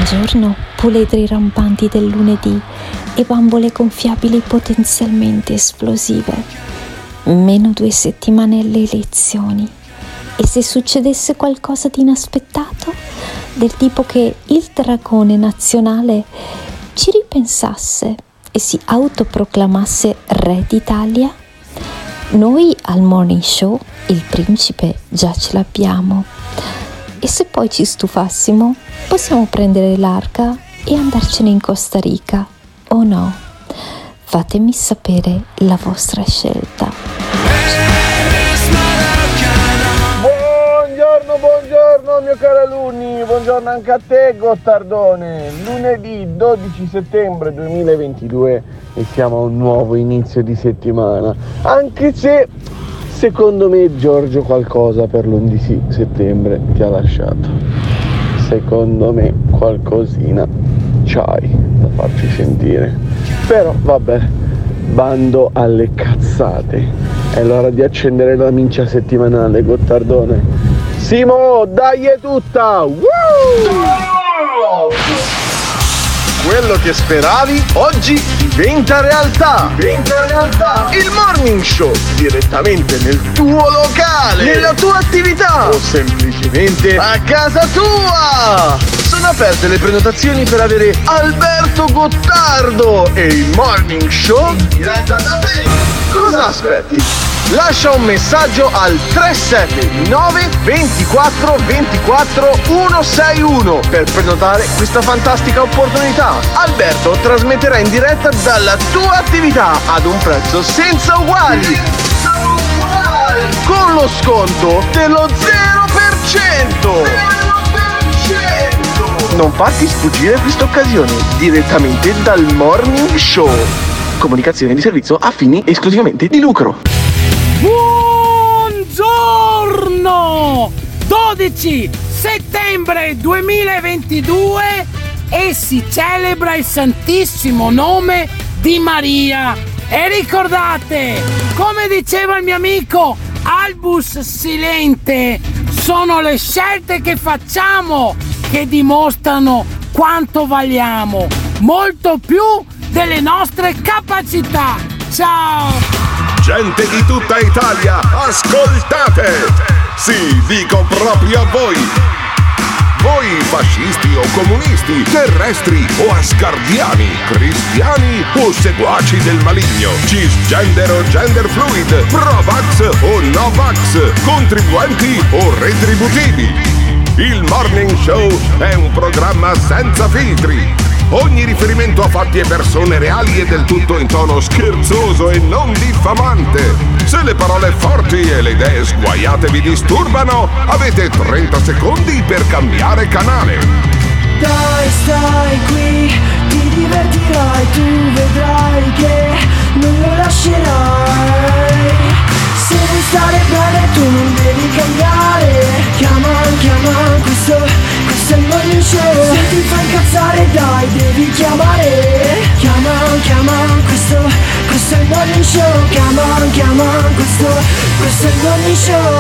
giorno puledri rampanti del lunedì e bambole gonfiabili potenzialmente esplosive. Meno 2 settimane alle elezioni. E se succedesse qualcosa di inaspettato, del tipo che il dragone nazionale ci ripensasse e si autoproclamasse re d'Italia? Noi al Morning Show il principe già ce l'abbiamo. E se poi ci stufassimo, possiamo prendere l'arca e andarcene in Costa Rica, o no? Fatemi sapere la vostra scelta. Buongiorno mio caro alunni, buongiorno anche a te Gottardone. Lunedì 12 settembre 2022 e siamo a un nuovo inizio di settimana, anche se secondo me Giorgio qualcosa per l'11 settembre ti ha lasciato. Secondo me qualcosina c'hai da farci sentire, però vabbè, bando alle cazzate, è l'ora di accendere la mincia settimanale Gottardone. Simo, dai è tutta! Quello che speravi oggi diventa realtà! Il Morning Show direttamente nel tuo locale, nella tua attività o semplicemente a casa tua! Sono aperte le prenotazioni per avere Alberto Gottardo e il Morning Show in diretta da te! Cosa aspetti? Lascia un messaggio al 379 24 24 161 per prenotare questa fantastica opportunità. Alberto trasmetterà in diretta dalla tua attività ad un prezzo senza uguali. Con lo sconto dello 0%. Non farti sfuggire questa occasione direttamente dal Morning Show. Comunicazione di servizio a fini esclusivamente di lucro. Buongiorno! 12 settembre 2022 e si celebra il Santissimo Nome di Maria. E ricordate, come diceva il mio amico Albus Silente, sono le scelte che facciamo che dimostrano quanto valiamo, molto più delle nostre capacità. Ciao! Gente di tutta Italia, ascoltate! Sì, dico proprio a voi! Voi fascisti o comunisti, terrestri o asgardiani, cristiani o seguaci del maligno, cisgender o gender fluid, pro-vax o no-vax, contribuenti o retributivi. Il Morning Show è un programma senza filtri. Ogni riferimento a fatti e persone reali è del tutto in tono scherzoso e non diffamante. Se le parole forti e le idee sguaiate vi disturbano, avete 30 secondi per cambiare canale. Dai, stai qui, ti divertirai, tu vedrai che non lo lascerai. Se vuoi stare bene tu non devi cambiare. Chiama, questo è il Morning Show. Se ti fa incazzare dai, devi chiamare. Chiama, questo è il Morning Show. Chiama, questo è il Morning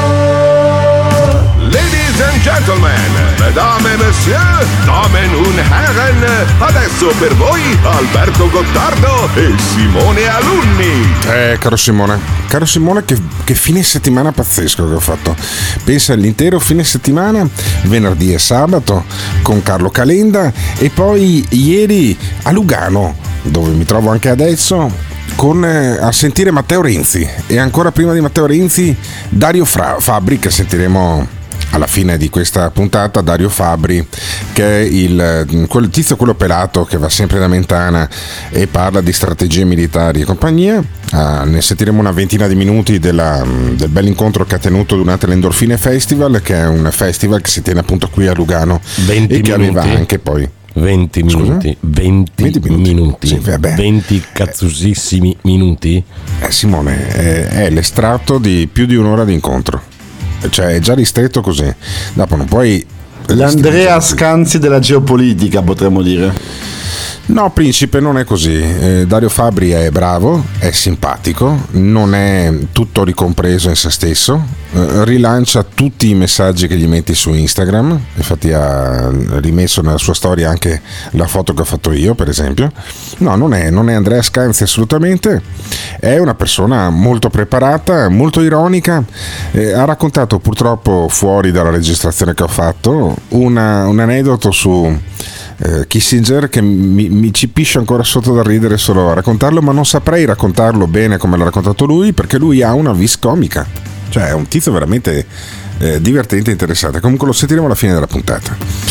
Show. Ladies and gentlemen, mesdames et messieurs, damen und herren, adesso per voi Alberto Gottardo e Simone Alunni. Caro Simone, che fine settimana pazzesco che ho fatto. Pensa all'intero fine settimana, venerdì e sabato, con Carlo Calenda, e poi ieri a Lugano, dove mi trovo anche adesso, a sentire Matteo Renzi, e ancora prima di Matteo Renzi Dario Fabbri, che sentiremo alla fine di questa puntata. Dario Fabbri, che è quel tizio, quello pelato che va sempre da Mentana e parla di strategie militari e compagnia. Ne sentiremo una ventina di minuti del bel incontro che ha tenuto durante l'Endorfine Festival, che è un festival che si tiene appunto qui a Lugano 20 e che minuti. aveva anche poi 20 minuti. 20 minuti. Sì, 20 cazzosissimi minuti. Simone, è l'estratto di più di un'ora di incontro, cioè è già ristretto così. Dopo non puoi. L'Andrea Scanzi della geopolitica, potremmo dire. No, Principe, non è così. Dario Fabbri è bravo, è simpatico, non è tutto ricompreso in se stesso, rilancia tutti i messaggi che gli metti su Instagram, infatti ha rimesso nella sua storia anche la foto che ho fatto io, per esempio. No, non è Andrea Scanzi assolutamente, è una persona molto preparata, molto ironica, ha raccontato purtroppo fuori dalla registrazione che ho fatto un aneddoto su Kissinger che mi ci piscia ancora sotto da ridere solo a raccontarlo, ma non saprei raccontarlo bene come l'ha raccontato lui, perché lui ha una vis comica, cioè è un tizio veramente divertente e interessante. Comunque lo sentiremo alla fine della puntata.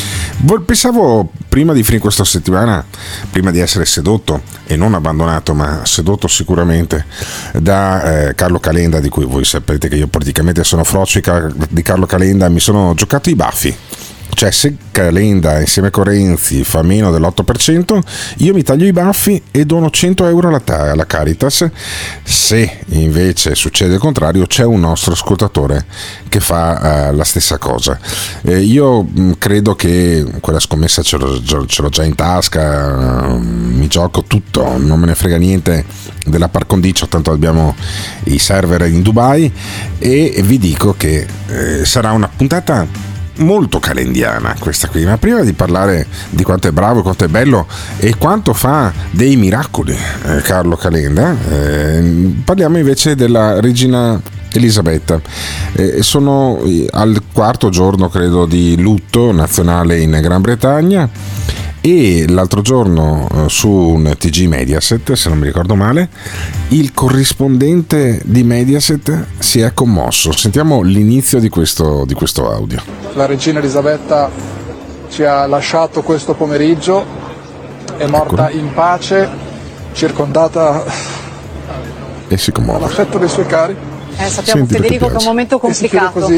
Pensavo prima di finire questa settimana, prima di essere sedotto e non abbandonato ma sedotto sicuramente da Carlo Calenda, di cui voi sapete che io praticamente sono frocica di Carlo Calenda, mi sono giocato i baffi. Cioè, se Calenda insieme con Renzi fa meno dell'8%, io mi taglio i baffi e dono 100 euro alla Caritas. Se invece succede il contrario, c'è un nostro ascoltatore che fa la stessa cosa. Io credo che quella scommessa ce l'ho già in tasca, mi gioco tutto, non me ne frega niente della par condicio, tanto abbiamo i server in Dubai, e vi dico che sarà una puntata molto calendiana questa qui. Ma prima di parlare di quanto è bravo, quanto è bello e quanto fa dei miracoli Carlo Calenda, parliamo invece della regina Elisabetta. Sono al 4º giorno, credo, di lutto nazionale in Gran Bretagna, e l'altro giorno su un TG Mediaset, se non mi ricordo male, il corrispondente di Mediaset si è commosso. Sentiamo l'inizio di questo audio. La regina Elisabetta ci ha lasciato questo pomeriggio, è morta in pace, circondata e si commuove dall'affetto dei suoi cari. Sappiamo, Sentilo, Federico, che è un momento complicato. Così.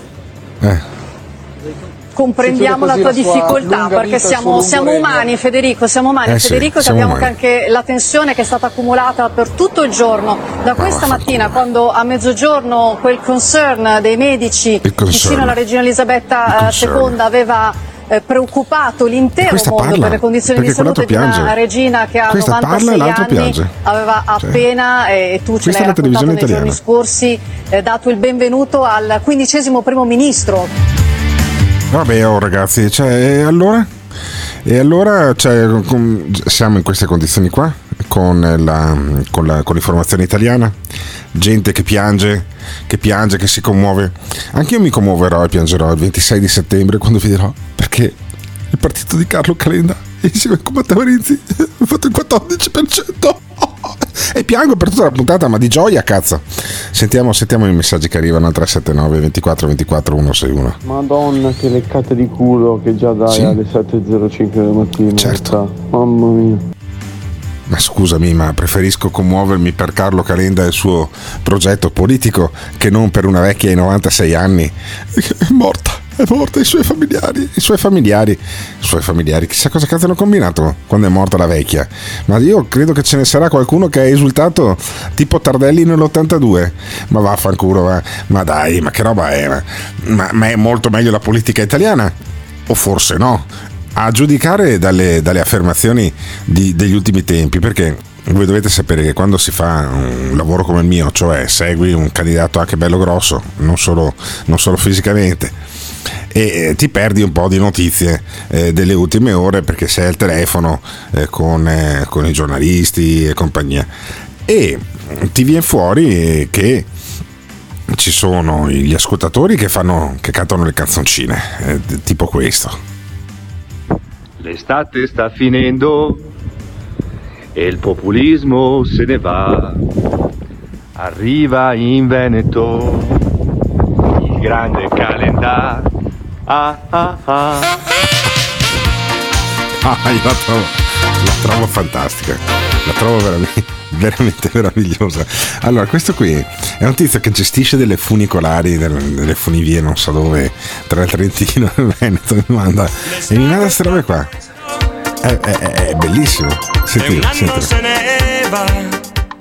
Comprendiamo la tua difficoltà, perché siamo umani, Federico, siamo umani. Federico, capiamo che anche la tensione che è stata accumulata per tutto il giorno, da questa mattina, quando a mezzogiorno quel concern dei medici vicino alla regina Elisabetta II aveva preoccupato l'intero mondo per le condizioni di salute di una regina che ha 96 anni, aveva appena, e tu ce l'hai raccontato nei giorni scorsi, dato il benvenuto al 15° primo ministro. Vabbè, ragazzi, e allora siamo in queste condizioni qua, con l'informazione italiana, gente che piange, che si commuove. Anche io mi commuoverò e piangerò il 26 di settembre, quando vi dirò perché il partito di Carlo Calenda insieme con Matteo Renzi ha fatto il 14%. E piango per tutta la puntata, ma di gioia, cazzo. Sentiamo i messaggi che arrivano al 379 24 24 161. Madonna, che leccate di culo che già dai alle 7.05 del mattino. Certo. Mamma mia. Ma scusami, ma preferisco commuovermi per Carlo Calenda e il suo progetto politico che non per una vecchia ai 96 anni. È morta, i suoi familiari, chissà cosa cazzo hanno combinato quando è morta la vecchia. Ma io credo che ce ne sarà qualcuno che ha esultato tipo Tardelli nell'82. Ma vaffanculo, va. Ma dai, ma che roba è? Ma è molto meglio la politica italiana? O forse no? A giudicare dalle affermazioni degli ultimi tempi, perché voi dovete sapere che quando si fa un lavoro come il mio, cioè segui un candidato anche bello grosso, non solo fisicamente, e ti perdi un po' di notizie delle ultime ore, perché sei al telefono con i giornalisti e compagnia, e ti viene fuori che ci sono gli ascoltatori che cantano le canzoncine, tipo questo. L'estate sta finendo e il populismo se ne va. Arriva in Veneto il grande Calenda. Io la trovo fantastica, la trovo veramente meravigliosa. Allora, questo qui è un tizio che gestisce delle funicolari, delle funivie non so dove, tra il Trentino e il Veneto, mi manda queste robe qua. È bellissimo. Sentilo.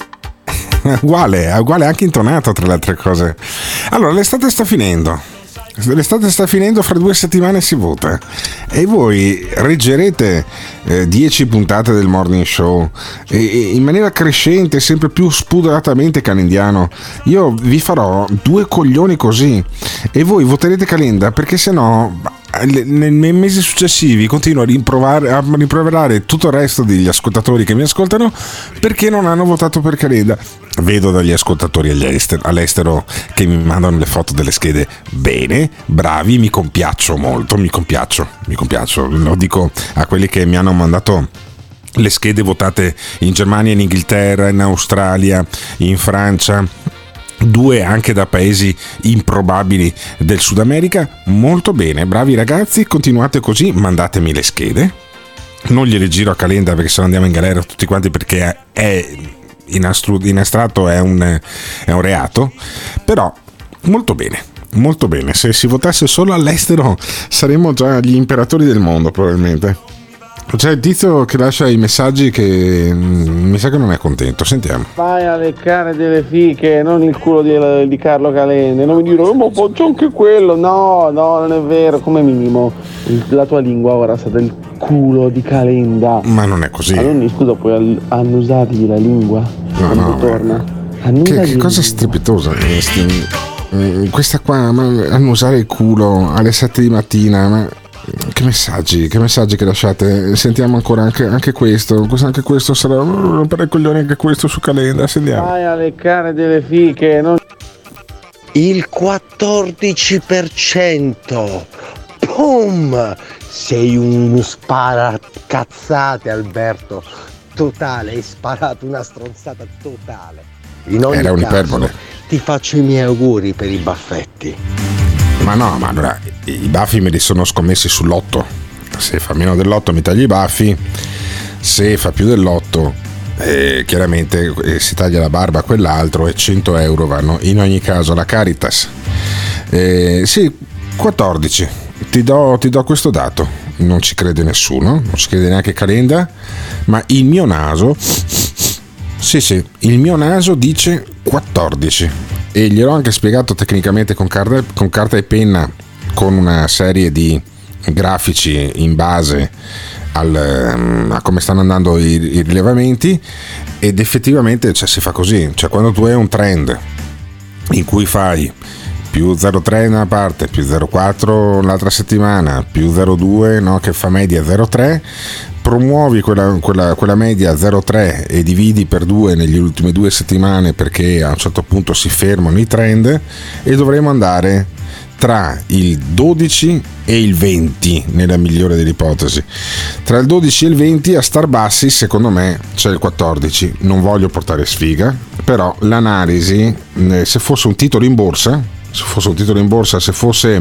Uguale, anche intonato, tra le altre cose. Allora, l'estate sta finendo. L'estate sta finendo, fra 2 settimane si vota e voi reggerete 10 puntate del Morning Show e in maniera crescente, sempre più spudoratamente calendiano. Io vi farò 2 coglioni così e voi voterete Calenda, perché sennò nei mesi successivi continuo a rimproverare tutto il resto degli ascoltatori che mi ascoltano perché non hanno votato per Calenda. Vedo dagli ascoltatori all'estero che mi mandano le foto delle schede. Bene, bravi, mi compiaccio molto, mi compiaccio, lo dico a quelli che mi hanno mandato le schede votate in Germania, in Inghilterra, in Australia, in Francia, 2 anche da paesi improbabili del Sud America. Molto bene, bravi ragazzi, continuate così, mandatemi le schede, non gliele giro a Calenda perché se no andiamo in galera tutti quanti, perché è in astratto è un reato, però molto bene, se si votasse solo all'estero saremmo già gli imperatori del mondo probabilmente. C'è il tizio che lascia i messaggi che mi sa che non è contento, sentiamo. Vai a leccare delle fiche, non il culo di Carlo Calenda, non mi dire ma faccio anche quello, no, non è vero, come minimo la tua lingua ora sa del culo di Calenda. Ma non è così. Allora scusa, puoi annusargli la lingua quando torna? Che cosa strepitosa questa qua, ma annusare il culo alle 7 di mattina, ma che messaggi che lasciate. Sentiamo ancora anche questo sarà per i coglioni, anche questo su Calenda. Sentiamo. Vai a leccare delle fiche, non... Il 14%. Pum! Sei uno sparacazzate, Alberto. Totale, hai sparato una stronzata totale. In ogni Era un'iperbole. caso, ti faccio i miei auguri per i baffetti. Ma no, ma allora i baffi me li sono scommessi sull'8. Se fa meno dell'8 mi tagli i baffi, se fa più dell'8 chiaramente si taglia la barba a quell'altro e 100 euro vanno in ogni caso alla Caritas. Sì, 14, ti do questo dato, non ci crede nessuno, non ci crede neanche Calenda, ma il mio naso, sì, il mio naso dice 14. E gliel'ho anche spiegato tecnicamente con carta e penna, con una serie di grafici in base a come stanno andando i rilevamenti, ed effettivamente si fa così. Quando tu hai un trend in cui fai più 0,3 in una parte, più 0,4 l'altra settimana, più 0,2 no, che fa media 0,3, promuovi quella media 0,3 e dividi per 2 negli ultime 2 settimane, perché a un certo punto si fermano i trend e dovremo andare tra il 12 e il 20 nella migliore delle ipotesi. Tra il 12 e il 20 a star bassi secondo me c'è il 14. Non voglio portare sfiga, però l'analisi, se fosse un titolo in borsa, se fosse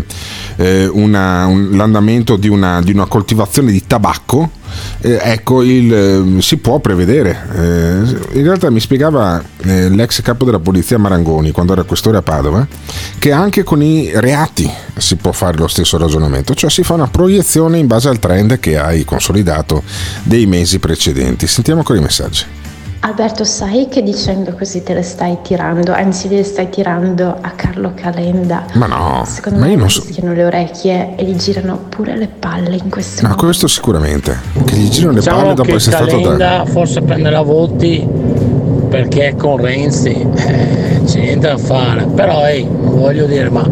l'andamento di una coltivazione di tabacco, ecco, si può prevedere. In realtà mi spiegava l'ex capo della polizia Marangoni, quando era questore a Padova, che anche con i reati si può fare lo stesso ragionamento, cioè si fa una proiezione in base al trend che hai consolidato dei mesi precedenti. Sentiamo ancora i messaggi. Alberto, sai che dicendo così te le stai tirando, anzi le stai tirando a Carlo Calenda? Ma no, secondo me gli girano le orecchie e gli girano pure le palle in questo momento. Questo sicuramente, che gli girano le palle dopo essere stato Calenda forse prenderà voti perché è con Renzi, c'è niente da fare, però voglio dire, ma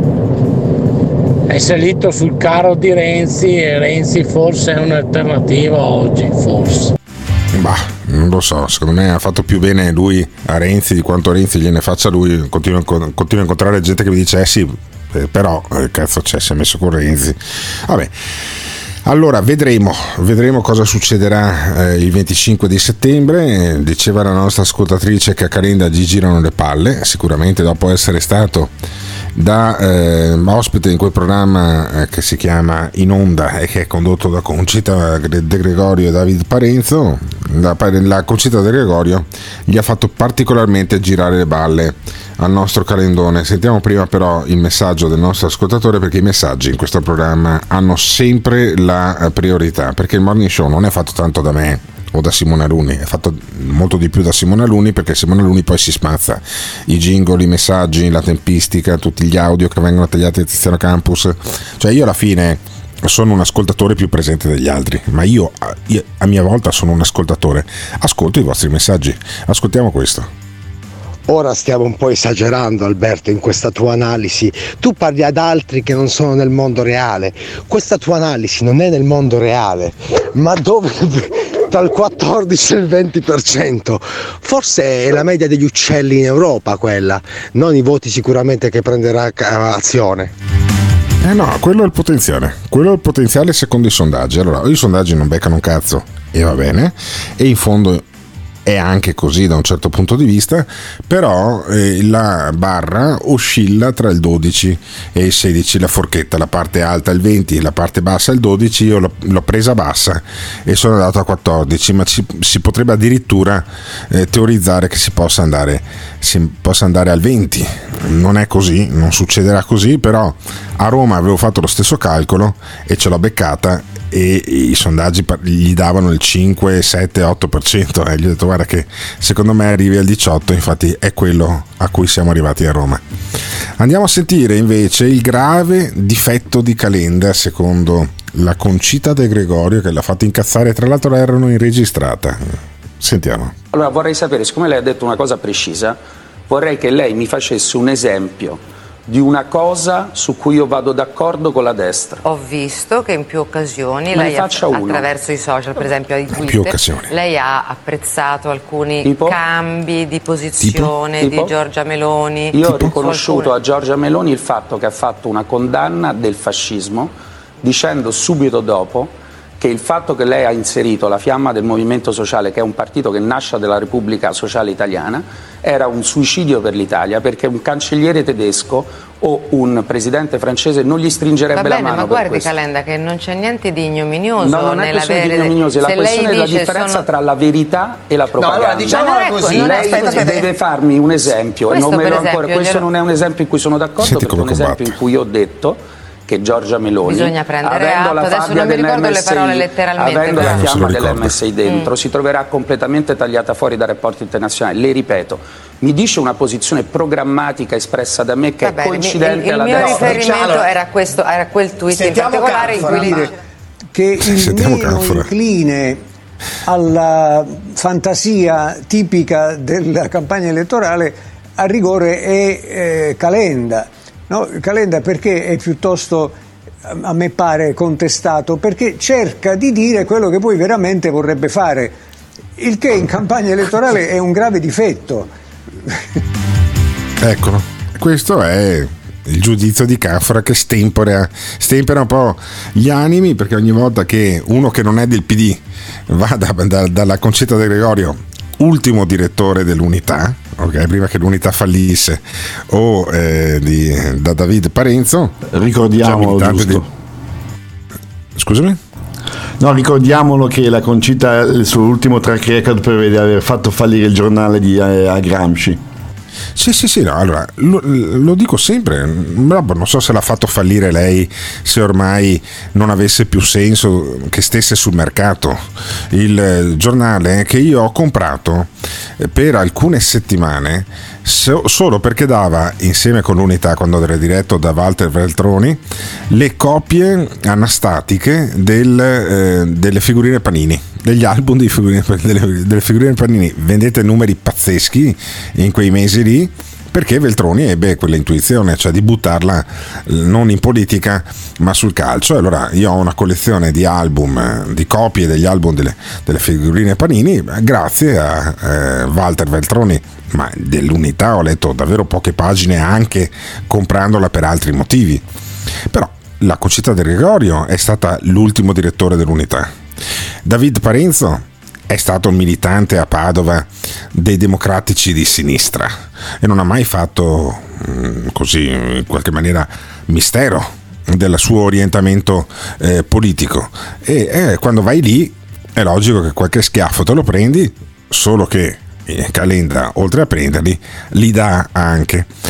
è salito sul carro di Renzi e Renzi forse è un'alternativa oggi, forse. Non lo so, secondo me ha fatto più bene lui a Renzi di quanto Renzi gliene faccia lui. Continuo a incontrare gente che mi dice sì, però cazzo si è messo con Renzi. Vabbè, allora vedremo cosa succederà il 25 di settembre. Diceva la nostra ascoltatrice che a Calenda gli girano le palle, sicuramente dopo essere stato da ospite in quel programma che si chiama In Onda e che è condotto da Concita De Gregorio e David Parenzo. La Concita De Gregorio gli ha fatto particolarmente girare le balle al nostro Calendone. Sentiamo prima però il messaggio del nostro ascoltatore, perché i messaggi in questo programma hanno sempre la priorità, perché il Morning Show non è fatto tanto da me o da Simone Alunni. È fatto molto di più da Simone Alunni, perché Simone Alunni poi si smazza i jingle, i messaggi, la tempistica, tutti gli audio che vengono tagliati da Tiziano Campus. Cioè io alla fine sono un ascoltatore più presente degli altri, ma io a mia volta sono un ascoltatore, ascolto i vostri messaggi. Ascoltiamo questo. Ora stiamo un po' esagerando, Alberto, in questa tua analisi. Tu parli ad altri che non sono nel mondo reale. Questa tua analisi non è nel mondo reale, ma dove dal 14 al 20%. Forse è la media degli uccelli in Europa quella, non i voti sicuramente che prenderà azione. No, quello è il potenziale secondo i sondaggi. Allora, i sondaggi non beccano un cazzo e va bene, e in fondo è anche così da un certo punto di vista, però la barra oscilla tra il 12 e il 16, la forchetta, la parte alta il 20, la parte bassa il 12. Io l'ho presa bassa e sono andato a 14, ma si potrebbe addirittura teorizzare che si possa andare al 20. Non è così, non succederà così, però a Roma avevo fatto lo stesso calcolo e ce l'ho beccata, e i sondaggi gli davano il 5, 7, 8%. Gli ho detto guarda che secondo me arrivi al 18, infatti è quello a cui siamo arrivati a Roma. Andiamo a sentire invece il grave difetto di Calenda secondo la Concita De Gregorio, che l'ha fatto incazzare, tra l'altro erano in registrata. Sentiamo. Allora vorrei sapere, siccome lei ha detto una cosa precisa, vorrei che lei mi facesse un esempio di una cosa su cui io vado d'accordo con la destra. Ho visto che in più occasioni lei attraverso i social, per esempio i Twitter, lei ha apprezzato alcuni cambi di posizione di Giorgia Meloni. Io ho riconosciuto a Giorgia Meloni il fatto che ha fatto una condanna del fascismo, dicendo subito dopo che il fatto che lei ha inserito la Fiamma del Movimento Sociale, che è un partito che nasce dalla Repubblica Sociale Italiana, era un suicidio per l'Italia, perché un cancelliere tedesco o un presidente francese non gli stringerebbe la mano. Ma guardi Calenda che non c'è niente di ignominioso. No, non è questione di ignominioso, è la questione della differenza tra la verità e la propaganda. No, allora diciamola così. Lei deve farmi un esempio, questo, e non me lo ancora. Questo non è un esempio in cui sono d'accordo, perché è un esempio in cui ho detto che Giorgia Meloni, bisogna prendere atto, adesso non mi ricordo le parole letteralmente, avendo la fiamma dell'MSI dentro, si troverà completamente tagliata fuori dai rapporti internazionali. Le ripeto, mi dice una posizione programmatica espressa da me che è coincidente alla destra. Il mio riferimento era questo, era quel tweet in particolare in cui dire che il meno incline alla fantasia tipica della campagna elettorale a rigore è Calenda. No, Calenda perché è piuttosto, a me pare, contestato, perché cerca di dire quello che poi veramente vorrebbe fare, il che in campagna elettorale è un grave difetto. Eccolo, questo è il giudizio di Caffra che stempera un po' gli animi, perché ogni volta che uno che non è del PD va dalla Concita De Gregorio, ultimo direttore dell'Unità, ok, prima che l'Unità fallisse, o da David Parenzo, ricordiamolo, giusto. Scusami? No, ricordiamolo che la Concita, il suo ultimo track record prevede aver fatto fallire il giornale a Gramsci. Sì, no, allora lo dico sempre, non so se l'ha fatto fallire lei, se ormai non avesse più senso che stesse sul mercato. Il giornale che io ho comprato per alcune settimane solo perché dava, insieme con l'Unità, quando era diretto da Walter Veltroni, le copie anastatiche delle figurine Panini, degli album delle figurine Panini. Vendete numeri pazzeschi in quei mesi lì, perché Veltroni ebbe quella intuizione, cioè di buttarla non in politica ma sul calcio. Allora io ho una collezione di album, di copie degli album delle figurine Panini, grazie a Walter Veltroni, ma dell'Unità ho letto davvero poche pagine, anche comprandola per altri motivi. Però la Concita De Gregorio è stata l'ultimo direttore dell'Unità. David Parenzo è stato un militante a Padova dei democratici di sinistra e non ha mai fatto così in qualche maniera mistero del suo orientamento politico, e quando vai lì è logico che qualche schiaffo te lo prendi, solo che Calenda, oltre a prenderli, li dà anche.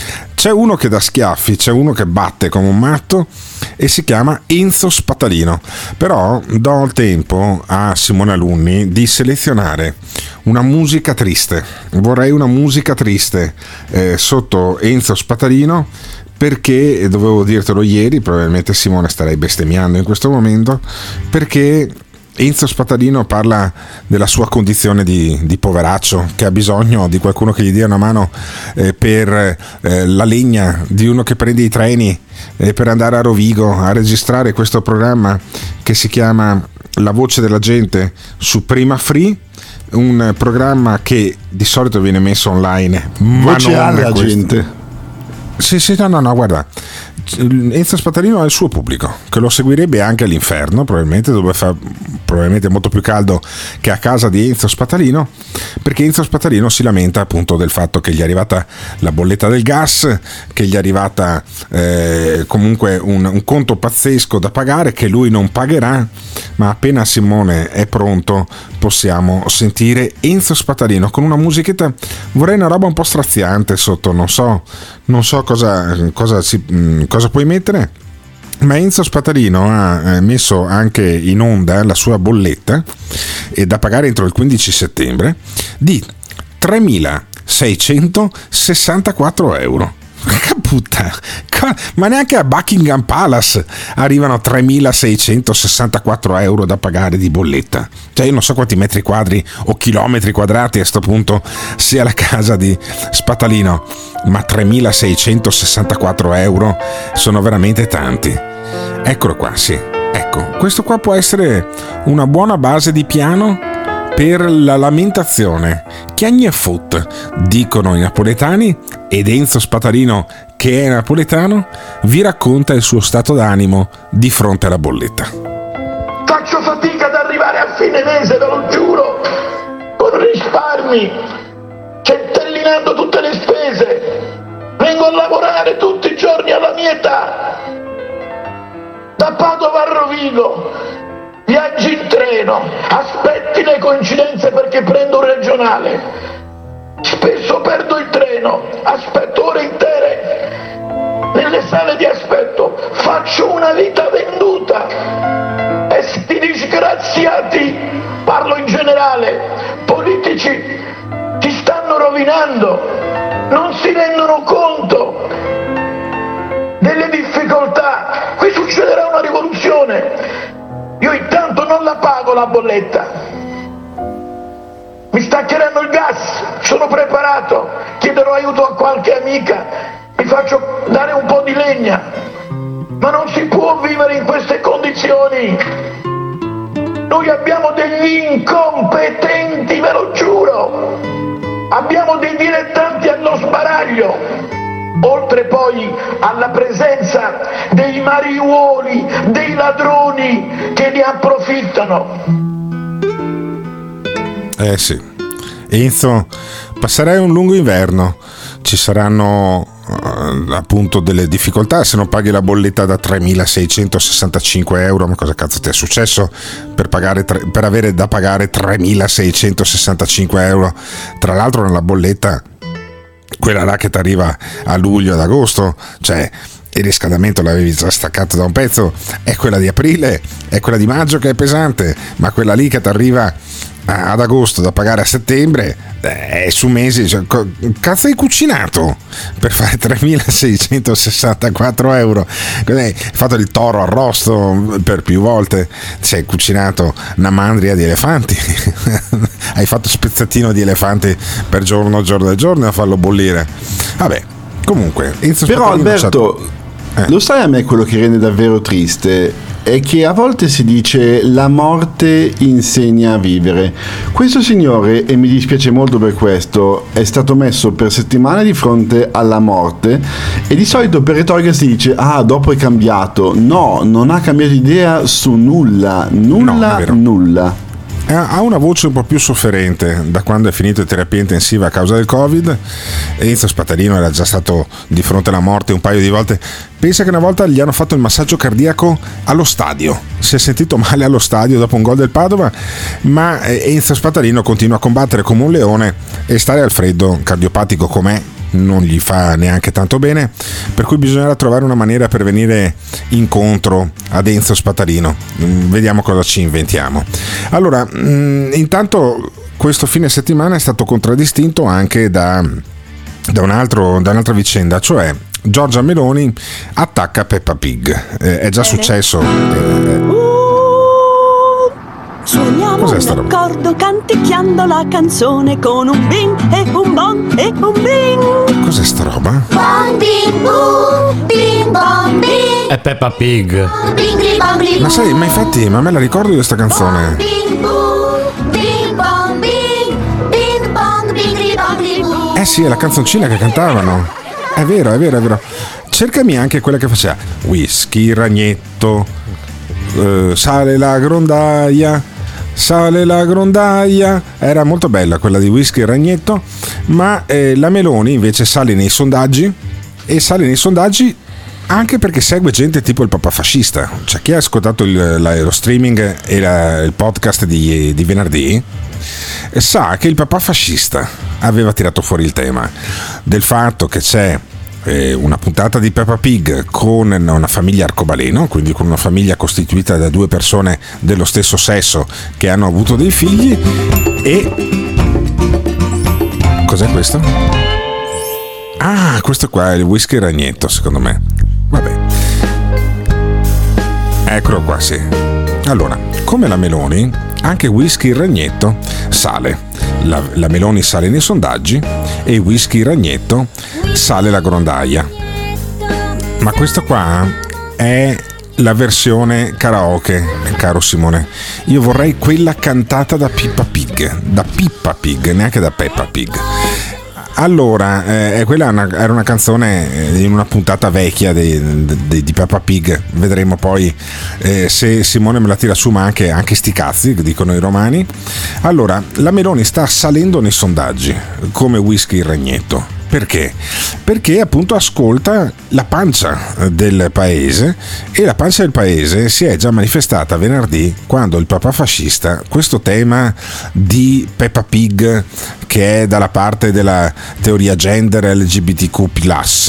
C'è uno che dà schiaffi, c'è uno che batte come un matto e si chiama Enzo Spatalino. Però do il tempo a Simone Alunni di selezionare una musica triste. Vorrei una musica triste sotto Enzo Spatalino, perché dovevo dirtelo ieri, probabilmente Simone starei bestemmiando in questo momento, perché Enzo Spatalino parla della sua condizione di poveraccio, che ha bisogno di qualcuno che gli dia una mano per la legna, di uno che prende i treni per andare a Rovigo a registrare questo programma che si chiama La Voce della Gente su Prima Free, un programma che di solito viene messo online, ma voce non alla questo. gente. Sì, no, guarda, Enzo Spatalino ha il suo pubblico che lo seguirebbe anche all'inferno, probabilmente, dove fa probabilmente molto più caldo che a casa di Enzo Spatalino, perché Enzo Spatalino si lamenta appunto del fatto che gli è arrivata la bolletta del gas, che gli è arrivata comunque un conto pazzesco da pagare che lui non pagherà, ma appena Simone è pronto possiamo sentire Enzo Spatalino con una musichetta. Vorrei una roba un po' straziante sotto, non so cosa puoi mettere, ma Enzo Spatalino ha messo anche in onda la sua bolletta, e da pagare entro il 15 settembre, di 3.664 euro. Puttana, ma neanche a Buckingham Palace arrivano 3.664 euro da pagare di bolletta. Cioè io non so quanti metri quadri o chilometri quadrati a sto punto sia la casa di Spatalino, ma 3.664 euro sono veramente tanti. Eccolo qua, sì, ecco, questo qua può essere una buona base di piano per la lamentazione. Chiagni e foot, dicono i napoletani, ed Enzo Spatalino, che è napoletano, vi racconta il suo stato d'animo di fronte alla bolletta. Faccio fatica ad arrivare a fine mese, ve lo giuro, con risparmi, centellinando tutte le spese. Vengo a lavorare tutti i giorni alla mia età, da Padova a Rovigo, viaggi in treno, aspetti le coincidenze perché prendo un regionale. Spesso perdo il treno, aspetto ore intere nelle sale di aspetto, faccio una vita venduta. E sti disgraziati, parlo in generale, politici ti stanno rovinando, non si rendono conto delle difficoltà. Qui succederà una rivoluzione. Io intanto non la pago la bolletta. Mi staccheranno il gas, sono preparato, chiederò aiuto a qualche amica, mi faccio dare un po' di legna, ma non si può vivere in queste condizioni. Noi abbiamo degli incompetenti, ve lo giuro, abbiamo dei dilettanti allo sbaraglio, oltre poi alla presenza dei mariuoli, dei ladroni che ne approfittano. Sì, Enzo, passerai un lungo inverno, ci saranno appunto delle difficoltà se non paghi la bolletta da 3.665 euro. Ma cosa cazzo ti è successo per avere da pagare 3.665 euro? Tra l'altro nella bolletta, quella là che ti arriva a luglio, ad agosto, cioè il riscaldamento l'avevi già staccato da un pezzo, è quella di aprile, è quella di maggio che è pesante, ma quella lì che ti arriva ad agosto da pagare a settembre è su mesi. Cioè, cazzo hai cucinato per fare 3.664 euro? Hai fatto il toro arrosto per più volte, ci hai cucinato una mandria di elefanti hai fatto spezzatino di elefanti per giorno a farlo bollire. Vabbè, comunque però Alberto, lo sai a me quello che rende davvero triste? È che a volte si dice la morte insegna a vivere. Questo signore, e mi dispiace molto per questo, è stato messo per settimane di fronte alla morte, e di solito per retorica si dice dopo è cambiato. No, non ha cambiato idea su nulla. Ha una voce un po' più sofferente da quando è finito in terapia intensiva a causa del Covid. Enzo Spatalino era già stato di fronte alla morte un paio di volte. Pensa che una volta gli hanno fatto il massaggio cardiaco allo stadio, si è sentito male allo stadio dopo un gol del Padova, ma Enzo Spatalino continua a combattere come un leone e stare al freddo, cardiopatico com'è, non gli fa neanche tanto bene, per cui bisognerà trovare una maniera per venire incontro ad Enzo Spattarino. Vediamo cosa ci inventiamo. Allora, intanto questo fine settimana è stato contraddistinto anche da un'altra vicenda, cioè Giorgia Meloni attacca Peppa Pig. È già successo. Suoniamo un accordo canticchiando la canzone con un bing e un bong e un bing. Cos'è sta roba? Bong bing boom, bing bong bing. È Peppa Pig. Bing bong bing. Ma sai, ma infatti, ma me la ricordo io questa canzone. Bing boom, bing bong bing, bing bong bing bong bing. Sì, è la canzoncina che cantavano. È vero. Cercami anche quella che faceva whisky ragnetto, sale la grondaia. Era molto bella quella di whisky e ragnetto, ma la Meloni invece sale nei sondaggi anche perché segue gente tipo il Papa Fascista. Cioè, chi ha ascoltato lo streaming e il podcast di venerdì sa che il Papa Fascista aveva tirato fuori il tema del fatto che c'è una puntata di Peppa Pig con una famiglia arcobaleno, quindi con una famiglia costituita da due persone dello stesso sesso che hanno avuto dei figli. E cos'è questo? Ah, questo qua è il whisky ragnetto, secondo me. Vabbè, eccolo qua, sì. Allora, come la Meloni, anche whisky ragnetto sale. La Meloni sale nei sondaggi e whisky ragnetto sale la grondaia. Ma questo qua è la versione karaoke, caro Simone. Io vorrei quella cantata da Peppa Pig, neanche da Peppa Pig. Allora, quella era una canzone in una puntata vecchia di Peppa Pig. Vedremo poi se Simone me la tira su, ma anche sti cazzi, dicono i romani. Allora, la Meloni sta salendo nei sondaggi come whisky ragnetto. Perché? Perché appunto ascolta la pancia del paese, e la pancia del paese si è già manifestata venerdì quando il Papa Fascista questo tema di Peppa Pig, che è dalla parte della teoria gender LGBTQ+,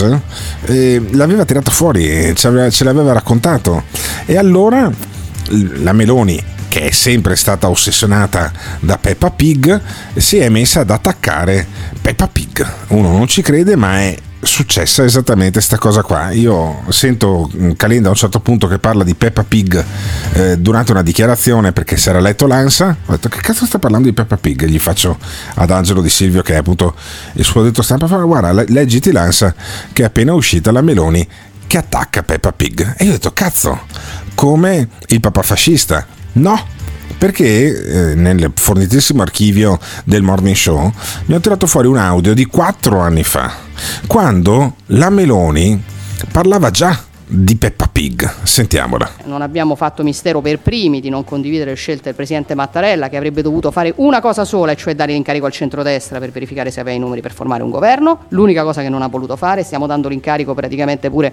l'aveva tirata fuori, ce l'aveva raccontato. E allora la Meloni, che è sempre stata ossessionata da Peppa Pig, si è messa ad attaccare Peppa Pig. Uno non ci crede, ma è successa esattamente sta cosa qua. Io sento Calenda a un certo punto che parla di Peppa Pig durante una dichiarazione, perché si era letto l'ANSA. Ho detto: che cazzo sta parlando di Peppa Pig? Gli faccio ad Angelo Di Silvio, che è appunto il suo detto stampa, fa: guarda, leggiti l'ANSA che è appena uscita la Meloni che attacca Peppa Pig. E io ho detto: cazzo, come il Papa Fascista? No, perché nel fornitissimo archivio del Morning Show mi ho tirato fuori un audio di 4 anni fa, quando la Meloni parlava già di Peppa Pig. Sentiamola. Non abbiamo fatto mistero per primi di non condividere le scelte del presidente Mattarella, che avrebbe dovuto fare una cosa sola, e cioè dare l'incarico al centrodestra per verificare se aveva i numeri per formare un governo. L'unica cosa che non ha voluto fare. Stiamo dando l'incarico praticamente pure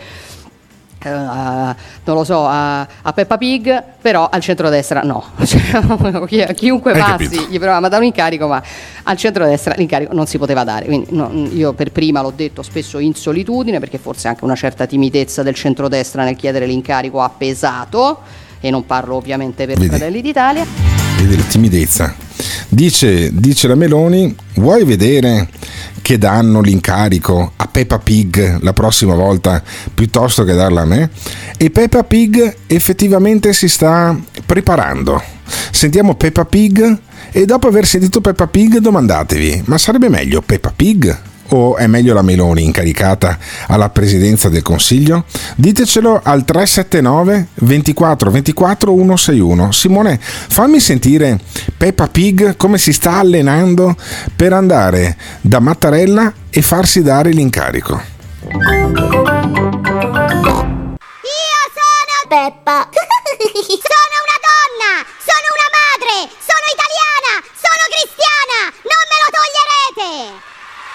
non lo so, a Peppa Pig, però al centrodestra no. Chiunque passi gli provava a dare un incarico, ma al centrodestra l'incarico non si poteva dare. Quindi io per prima l'ho detto, spesso in solitudine, perché forse anche una certa timidezza del centrodestra nel chiedere l'incarico ha pesato, e non parlo ovviamente per Fratelli d'Italia. Vedi la timidezza. Dice la Meloni: vuoi vedere che danno l'incarico a Peppa Pig la prossima volta piuttosto che darla a me? E Peppa Pig effettivamente si sta preparando. Sentiamo Peppa Pig, e dopo aver sentito Peppa Pig domandatevi: ma sarebbe meglio Peppa Pig o è meglio la Meloni incaricata alla presidenza del Consiglio? Ditecelo al 379 24 24 161. Simone, fammi sentire Peppa Pig come si sta allenando per andare da Mattarella e farsi dare l'incarico. Io sono Peppa. Sono una donna, sono una madre, sono italiana, sono cristiana. Non me lo toglierete.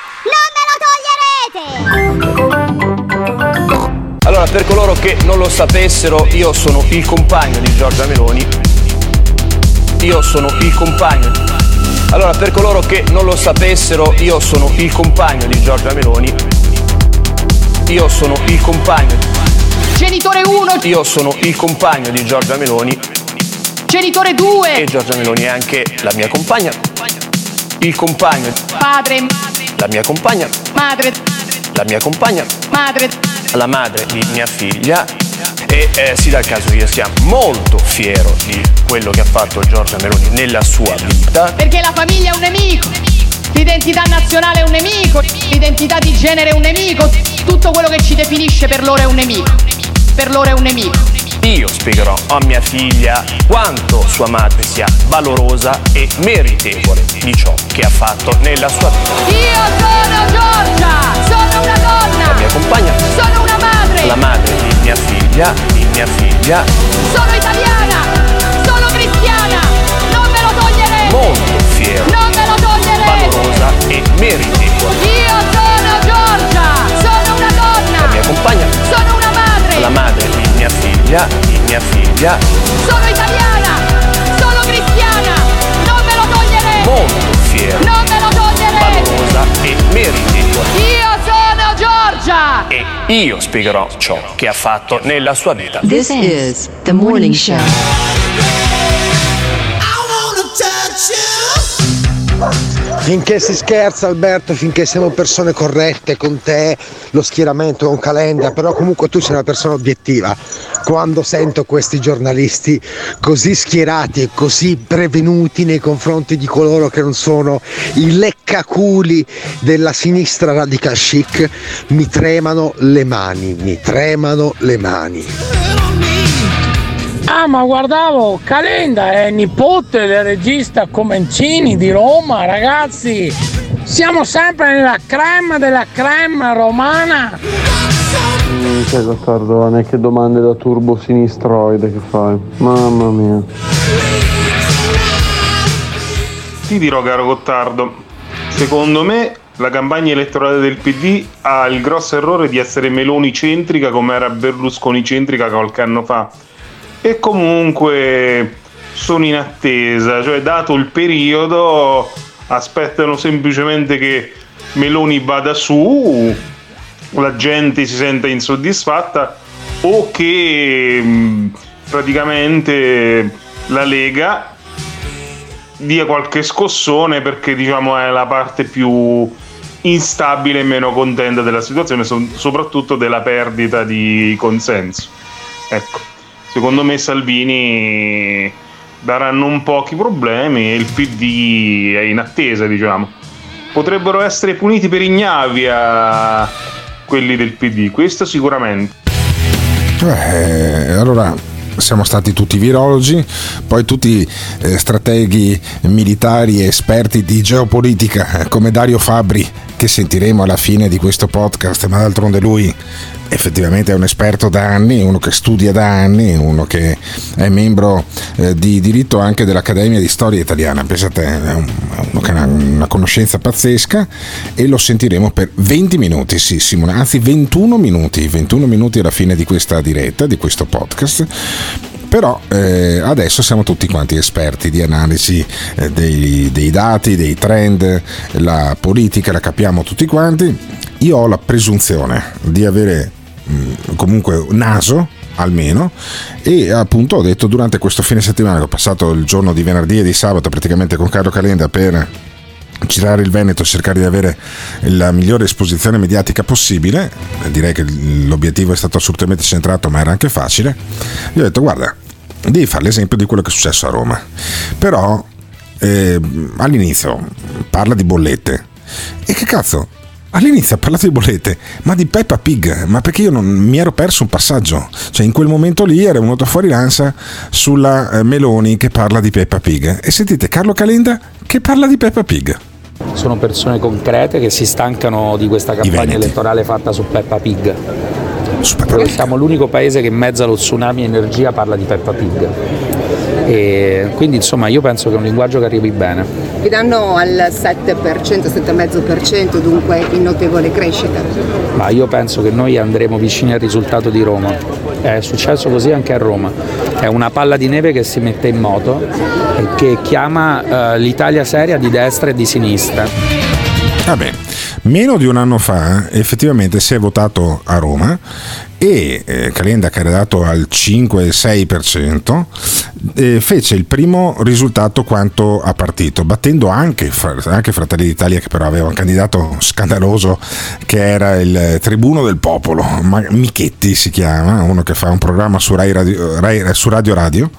Allora, per coloro che non lo sapessero, io sono il compagno di Giorgia Meloni. Io sono il compagno Allora, per coloro che non lo sapessero, io sono il compagno di Giorgia Meloni. Io sono il compagno. Genitore 1. Io sono il compagno di Giorgia Meloni. Genitore 2. E Giorgia Meloni è anche la mia compagna. Il compagno. Padre. La mia compagna. Madre. La mia compagna. Madre. La madre di mia figlia. E si dà il caso che io sia molto fiero di quello che ha fatto Giorgia Meloni nella sua vita. Perché la famiglia è un nemico, l'identità nazionale è un nemico, l'identità di genere è un nemico, tutto quello che ci definisce per loro è un nemico. Per loro è un nemico. Io spiegherò a mia figlia quanto sua madre sia valorosa e meritevole di ciò che ha fatto nella sua vita. Io sono Giorgia, sono una donna. La mia compagna. Sono una madre. La madre di mia figlia, Sono italiana, sono cristiana, non me lo toglierete. Molto fiero. Non me lo toglierete. Valorosa e meritevole. Io sono Giorgia, sono una donna. La mia compagna. Sono una madre. La madre di mia figlia. Sono italiana, sono cristiana, non me lo toglierete. Molto fiero. Non me lo toglierete. Valorosa e meritevole. Io sono Giorgia. E io spiegherò ciò che ha fatto nella sua vita. This is the morning show. Finché si scherza, Alberto, finché siamo persone corrette con te, lo schieramento con Calenda, però comunque tu sei una persona obiettiva. Quando sento questi giornalisti così schierati e così prevenuti nei confronti di coloro che non sono i leccaculi della sinistra radical chic, mi tremano le mani. Ah, ma guardavo, Calenda è nipote del regista Comencini di Roma, ragazzi. Siamo sempre nella crème della crème romana. Che Gottardone, che domande da turbo sinistroide che fai. Mamma mia. Ti dirò, caro Gottardo, secondo me la campagna elettorale del PD ha il grosso errore di essere Meloni centrica come era Berlusconi centrica qualche anno fa. E comunque sono in attesa, cioè dato il periodo aspettano semplicemente che Meloni vada su, la gente si senta insoddisfatta o che praticamente la Lega dia qualche scossone, perché diciamo è la parte più instabile e meno contenta della situazione, soprattutto della perdita di consenso. Ecco. Secondo me Salvini daranno un pochi problemi e il PD è in attesa, diciamo. Potrebbero essere puniti per ignavia quelli del PD, questo sicuramente. Allora siamo stati tutti virologi, poi tutti strateghi militari e esperti di geopolitica come Dario Fabbri, che sentiremo alla fine di questo podcast, ma d'altronde lui effettivamente è un esperto da anni, uno che studia da anni, uno che è membro di diritto anche dell'Accademia di Storia Italiana. Pensate, è uno che ha una conoscenza pazzesca, e lo sentiremo per 20 minuti, sì Simone, anzi 21 minuti alla fine di questa diretta, di questo podcast. Però adesso siamo tutti quanti esperti di analisi dei dati, dei trend, la politica la capiamo tutti quanti. Io ho la presunzione di avere comunque naso almeno, e appunto ho detto durante questo fine settimana che ho passato il giorno di venerdì e di sabato praticamente con Carlo Calenda per girare il Veneto e cercare di avere la migliore esposizione mediatica possibile. Direi che l'obiettivo è stato assolutamente centrato, ma era anche facile. Io ho detto guarda, devi fare l'esempio di quello che è successo a Roma, però all'inizio parla di bollette, e che cazzo, all'inizio ha parlato di bollette, ma di Peppa Pig, ma perché io non mi ero perso un passaggio, cioè in quel momento lì era venuto fuori l'ansia sulla Meloni che parla di Peppa Pig, e sentite Carlo Calenda che parla di Peppa Pig. Sono persone concrete che si stancano di questa campagna elettorale fatta su Peppa Pig. Siamo l'unico paese che in mezzo allo tsunami energia parla di Peppa Pig, e quindi insomma io penso che è un linguaggio che arrivi bene. Vi danno al 7%, 7,5%, dunque in notevole crescita. Ma io penso che noi andremo vicini al risultato di Roma. è successo così anche a Roma. È una palla di neve che si mette in moto e che chiama l'Italia seria di destra e di sinistra. Vabbè, meno di un anno fa effettivamente si è votato a Roma e Calenda, che era dato al 5-6%, fece il primo risultato quanto a partito, battendo anche Fratelli d'Italia, che però aveva un candidato scandaloso che era il tribuno del popolo, Michetti si chiama, uno che fa un programma su Radio,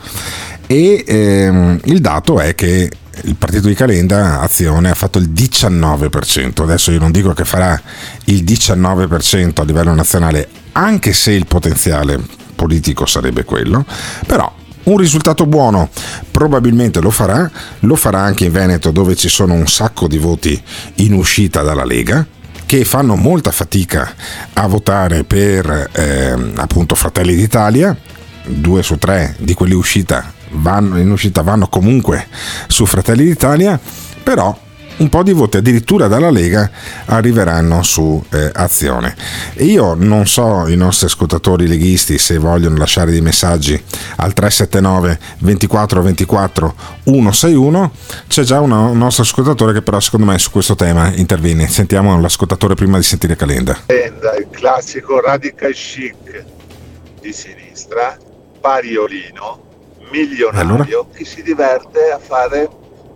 e il dato è che il partito di Calenda, Azione, ha fatto il 19%. Adesso io non dico che farà il 19% a livello nazionale, anche se il potenziale politico sarebbe quello, però un risultato buono probabilmente lo farà anche in Veneto, dove ci sono un sacco di voti in uscita dalla Lega, che fanno molta fatica a votare per appunto Fratelli d'Italia. 2 su 3 di quelli in uscita vanno comunque su Fratelli d'Italia, però un po' di voti addirittura dalla Lega arriveranno su Azione. E io non so i nostri ascoltatori leghisti se vogliono lasciare dei messaggi al 379 24 24 161. C'è già un nostro ascoltatore che però secondo me su questo tema interviene. Sentiamo l'ascoltatore prima di sentire Calenda. Il classico radical chic di sinistra, pariolino, milionario, che si diverte a fare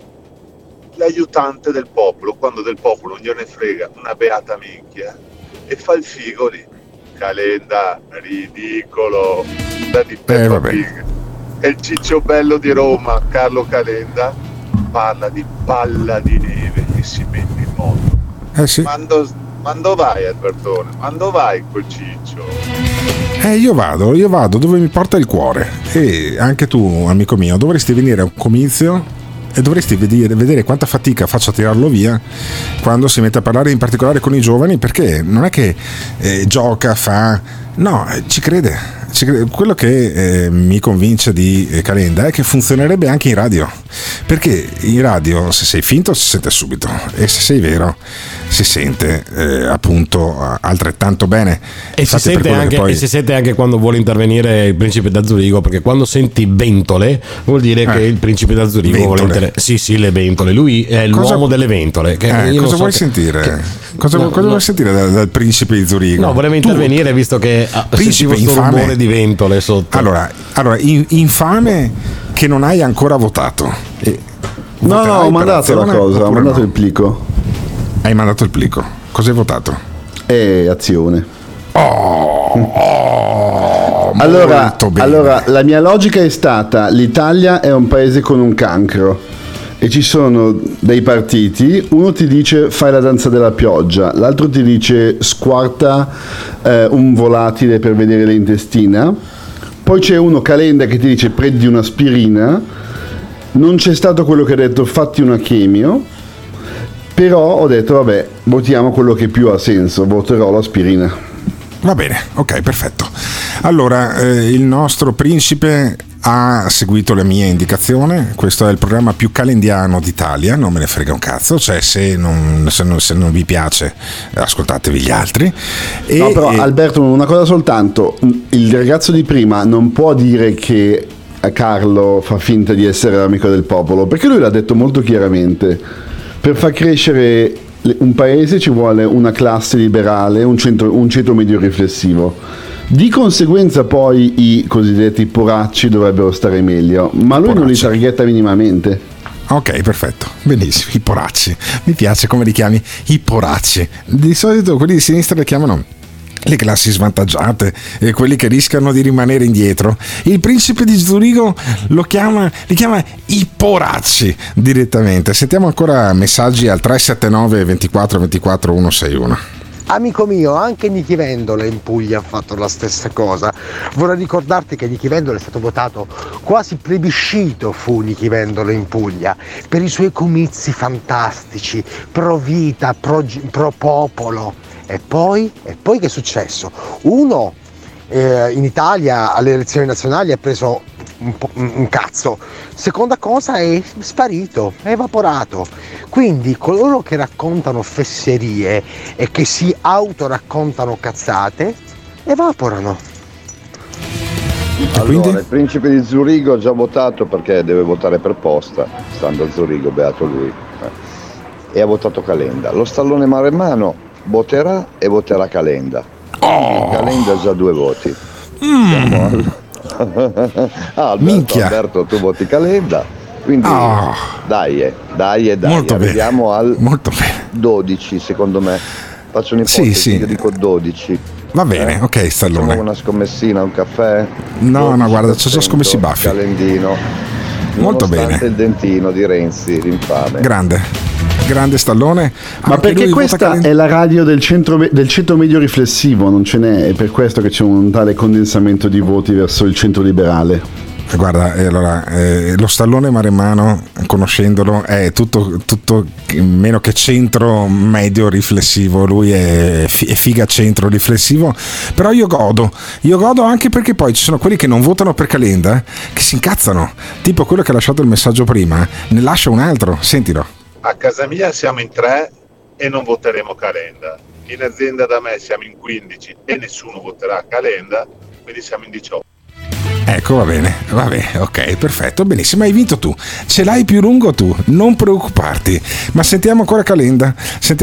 l'aiutante del popolo, quando del popolo non gliene frega una beata minchia, e fa il figo lì. Calenda, ridicolo, da di Peppa Pig. E il ciccio bello di Roma, Carlo Calenda, parla di palla di neve che si mette in moto. Sì. Quando vai, Albertone? Quando vai quel ciccio? Io vado dove mi porta il cuore. E anche tu, amico mio, dovresti venire a un comizio e dovresti vedere quanta fatica faccio a tirarlo via quando si mette a parlare, in particolare con i giovani, perché non è che gioca, ci crede. Quello che mi convince di Calenda è che funzionerebbe anche in radio, perché in radio se sei finto si sente subito, e se sei vero si sente appunto altrettanto bene. E si sente anche quando vuole intervenire il principe da Zurigo, perché quando senti ventole vuol dire che il principe da Zurigo vuole intervenire. Sì, le ventole, lui è l'uomo delle ventole. Cosa vuoi sentire? Cosa vuoi sentire dal principe di Zurigo? No, voleva intervenire visto che sentivo sto rumore di ventole sotto. Allora, infame che non hai ancora votato. No, ho mandato la cosa, ho mandato il plico. Hai mandato il plico. Cosa hai votato? Azione. Allora, la mia logica è stata: l'Italia è un paese con un cancro e ci sono dei partiti, uno ti dice fai la danza della pioggia, l'altro ti dice squarta un volatile per vedere l'intestina, poi c'è uno, Calenda, che ti dice prendi un'aspirina, non c'è stato quello che ha detto fatti una chemio, però ho detto vabbè, votiamo quello che più ha senso, voterò l'aspirina. Va bene, ok, perfetto. Allora, il nostro principe ha seguito la mia indicazione. Questo è il programma più calendiano d'Italia, non me ne frega un cazzo, cioè se non vi piace ascoltatevi gli altri. No, però Alberto, una cosa soltanto, il ragazzo di prima non può dire che Carlo fa finta di essere amico del popolo, perché lui l'ha detto molto chiaramente: per far crescere un paese ci vuole una classe liberale, un ceto medio riflessivo. Di conseguenza poi i cosiddetti poracci dovrebbero stare meglio, ma lui non li targhetta minimamente. Ok, perfetto, benissimo, i poracci, mi piace come li chiami, i poracci. Di solito quelli di sinistra li chiamano le classi svantaggiate e quelli che rischiano di rimanere indietro. Il principe di Zurigo li chiama i poracci direttamente. Sentiamo ancora messaggi al 379 24 24 161. Amico mio, anche Nichi Vendola in Puglia ha fatto la stessa cosa. Vorrei ricordarti che Nichi Vendola è stato votato, quasi plebiscito fu Nichi Vendola in Puglia, per i suoi comizi fantastici, pro vita, pro popolo. E poi che è successo? Uno in Italia alle elezioni nazionali ha preso un cazzo. Seconda cosa, è sparito, è evaporato. Quindi coloro che raccontano fesserie e che si autoraccontano cazzate evaporano. Allora, il principe di Zurigo ha già votato perché deve votare per posta, stando a Zurigo, beato lui. E ha votato Calenda. Lo stallone maremmano voterà e voterà Calenda. Calenda ha già 2 voti. Alberto, tu voti Calenda. Quindi dai. Molto arriviamo bene. al Molto bene. 12 secondo me. Faccio un'ipotesi, Sì. io dico 12. Va bene, ok, stallone. Facciamo una scommessina, un caffè? No, guarda, ci ho già scommessi i baffi. Calendino. Molto bene. Il dentino di Renzi, l'infame. Grande stallone. Ma perché questa è la radio del centro medio riflessivo, non ce n'è, è per questo che c'è un tale condensamento di voti verso il centro liberale. Guarda, allora, lo stallone maremmano, conoscendolo, è tutto meno che centro medio riflessivo. Lui è figa centro riflessivo, però io godo anche perché poi ci sono quelli che non votano per Calenda che si incazzano, tipo quello che ha lasciato il messaggio prima, ne lascia un altro, sentilo. A casa mia siamo in 3 e non voteremo Calenda. In azienda da me siamo in 15 e nessuno voterà Calenda, quindi siamo in 18. Ecco, va bene, ok, perfetto, benissimo, hai vinto tu, ce l'hai più lungo tu, non preoccuparti. Ma sentiamo ancora Calenda,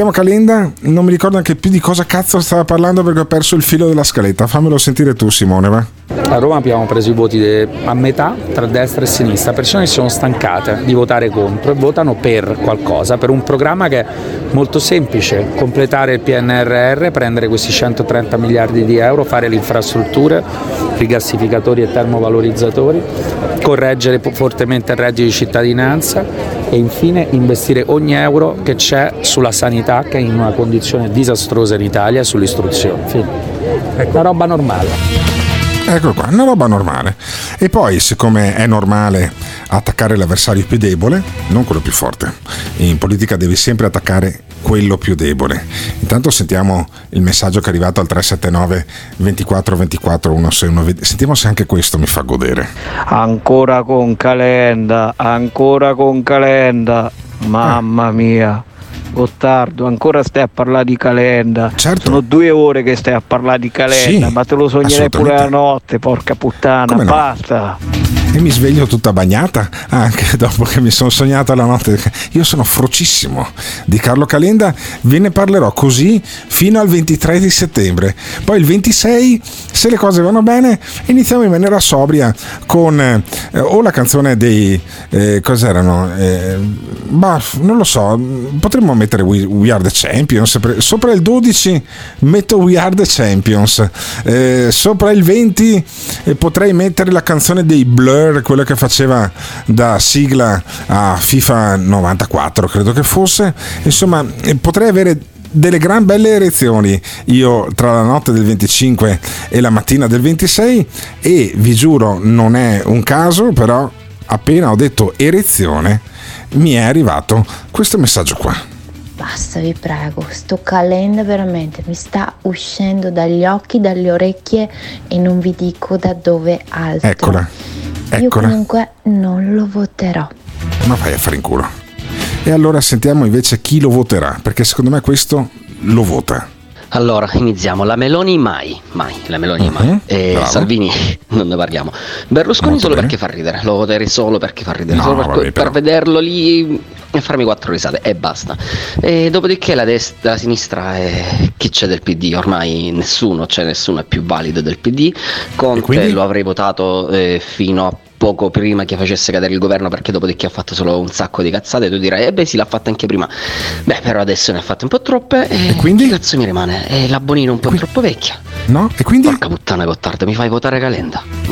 non mi ricordo anche più di cosa cazzo stava parlando perché ho perso il filo della scaletta. Fammelo sentire tu, Simone, va. A Roma abbiamo preso i voti a metà tra destra e sinistra, persone che sono stancate di votare contro e votano per qualcosa, per un programma che è molto semplice: completare il PNRR, prendere questi 130 miliardi di euro, fare le infrastrutture, rigassificatori e termovalorizzatori, correggere fortemente il reddito di cittadinanza e infine investire ogni euro che c'è sulla sanità, che è in una condizione disastrosa in Italia, e sull'istruzione. È una roba normale. Eccolo qua, una roba normale. E poi, siccome è normale attaccare l'avversario più debole, non quello più forte, in politica devi sempre attaccare quello più debole. Intanto sentiamo il messaggio che è arrivato al 379 24 24 161. Sentiamo se anche questo mi fa godere. Ancora con Calenda, mamma mia. Gottardo, ancora stai a parlare di Calenda? Certo. Sono 2 ore che stai a parlare di Calenda, sì, ma te lo sognerai pure la notte, porca puttana. Come no? Basta. E mi sveglio tutta bagnata anche dopo che mi sono sognata la notte. Io sono frocissimo di Carlo Calenda, ve ne parlerò così fino al 23 di settembre. Poi il 26, se le cose vanno bene, iniziamo in maniera sobria con o la canzone dei cos'erano? Non lo so, potremmo mettere We Are the Champions. Sopra il 12 metto We Are the Champions. Sopra il 20 potrei mettere la canzone dei Blur, quella che faceva da sigla a FIFA 94 credo che fosse. Insomma, potrei avere delle gran belle erezioni io tra la notte del 25 e la mattina del 26, e vi giuro non è un caso, però appena ho detto erezione mi è arrivato questo messaggio qua. Basta, vi prego, sto Calenda veramente mi sta uscendo dagli occhi, dalle orecchie e non vi dico da dove altro. Eccola. Io comunque non lo voterò. Ma vai a fare in culo. E allora sentiamo invece chi lo voterà, perché secondo me questo lo vota. Allora, iniziamo. La Meloni mai. La Meloni mai. E Salvini non ne parliamo. Berlusconi molto solo bene. Perché fa ridere. Lo voterei solo perché fa ridere. No, solo per vederlo lì e farmi 4 risate e basta. E dopodiché la sinistra chi c'è del PD? Ormai nessuno è più valido del PD. Conte lo avrei votato fino a poco prima che facesse cadere il governo, perché dopodiché ha fatto solo un sacco di cazzate. Tu dirai sì, l'ha fatta anche prima. Però adesso ne ha fatte un po' troppe. E quindi che cazzo mi rimane? La Bonino un po' troppo vecchia. No? E quindi? Porca puttana, Gottardo, mi fai votare Calenda. Ma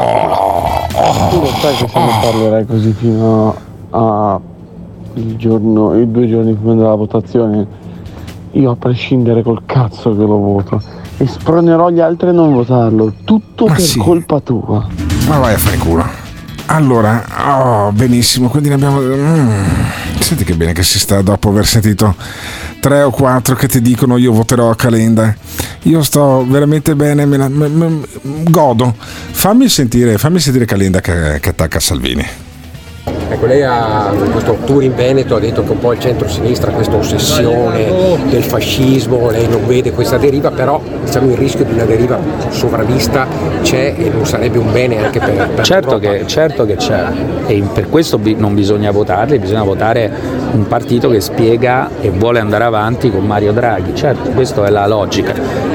tu lo sai che se ne parlerai così fino a i 2 giorni prima della votazione, io a prescindere col cazzo che lo voto e spronerò gli altri a non votarlo, tutto per colpa tua. Ma vai a fare culo. Allora, benissimo, quindi ne abbiamo. Senti che bene che si sta dopo aver sentito 3 o 4 che ti dicono io voterò a Calenda. Io sto veramente bene, godo. Fammi sentire Calenda che attacca Salvini. Ecco, lei ha questo tour in Veneto, ha detto che un po' il centro-sinistra, questa ossessione del fascismo, lei non vede questa deriva, però diciamo il rischio di una deriva sovranista c'è e non sarebbe un bene anche per certo che c'è, e per questo non bisogna votarli, bisogna votare un partito che spiega e vuole andare avanti con Mario Draghi. Certo, questa è la logica.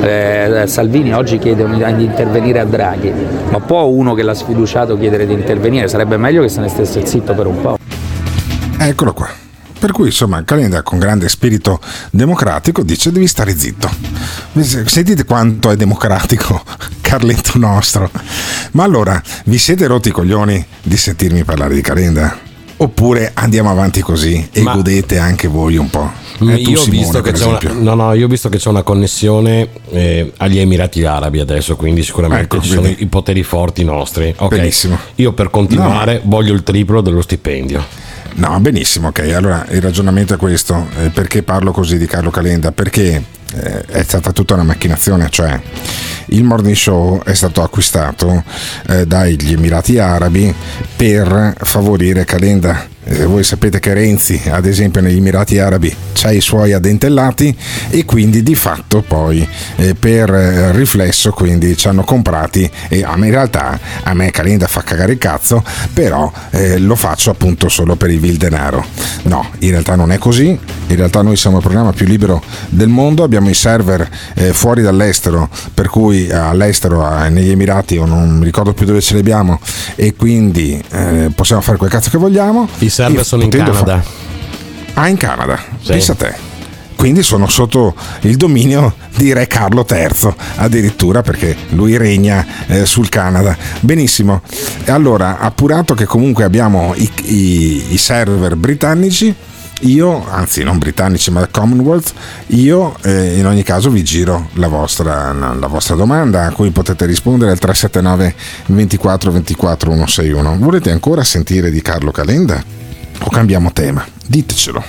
Salvini oggi chiede di intervenire a Draghi, ma può uno che l'ha sfiduciato chiedere di intervenire? Sarebbe meglio che se ne stesse zitto per un po'. Eccolo qua. Per cui insomma Calenda, con grande spirito democratico, dice: devi stare zitto. Sentite quanto è democratico Carletto nostro. Ma allora, vi siete rotti i coglioni di sentirmi parlare di Calenda? Oppure andiamo avanti così e godete anche voi un po'? Io ho visto che c'è una connessione agli Emirati Arabi adesso, quindi sicuramente ci sono i poteri forti nostri. Okay. Benissimo. Io per continuare voglio il triplo dello stipendio. No, benissimo, ok. Allora il ragionamento è questo. Perché parlo così di Carlo Calenda? Perché è stata tutta una macchinazione, cioè il Morning Show è stato acquistato dagli Emirati Arabi per favorire Calenda. Voi sapete che Renzi, ad esempio, negli Emirati Arabi c'ha i suoi addentellati e quindi di fatto poi per riflesso quindi ci hanno comprati, e in realtà a me Calenda fa cagare il cazzo, però lo faccio appunto solo per il vil denaro. No, in realtà non è così. In realtà noi siamo il programma più libero del mondo, abbiamo i server fuori dall'estero, per cui all'estero, negli Emirati, o non mi ricordo più dove ce li abbiamo, e quindi possiamo fare quel cazzo che vogliamo. I server sono in Canada. In Canada, sì. Pensa a te. Quindi sono sotto il dominio di Re Carlo III, addirittura, perché lui regna sul Canada. Benissimo. Allora, appurato che comunque abbiamo i server britannici, io, anzi non britannici ma Commonwealth, io in ogni caso vi giro la vostra domanda, a cui potete rispondere al 379 24 24 161. Volete ancora sentire di Carlo Calenda o cambiamo tema? Ditecelo.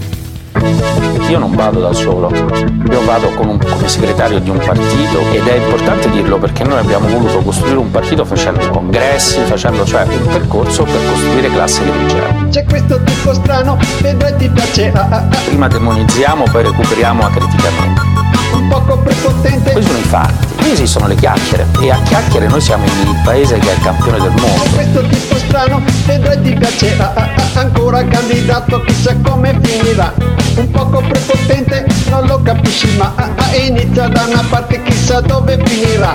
Io non vado da solo, io vado come segretario di un partito, ed è importante dirlo perché noi abbiamo voluto costruire un partito facendo congressi, facendo cioè un percorso per costruire classe dirigente. C'è questo tipo strano, vedrai ti piace. Prima demonizziamo, poi recuperiamo acriticamente. Un poco prepotente. Poi sono i fatti, qui esistono le chiacchiere, e a chiacchiere noi siamo il paese che è il campione del mondo. C'è questo tipo strano, vedrai ti piace. Ancora candidato, chissà come finirà. Un poco prepotente, non lo capisci, ma inizia da una parte, chissà dove finirà.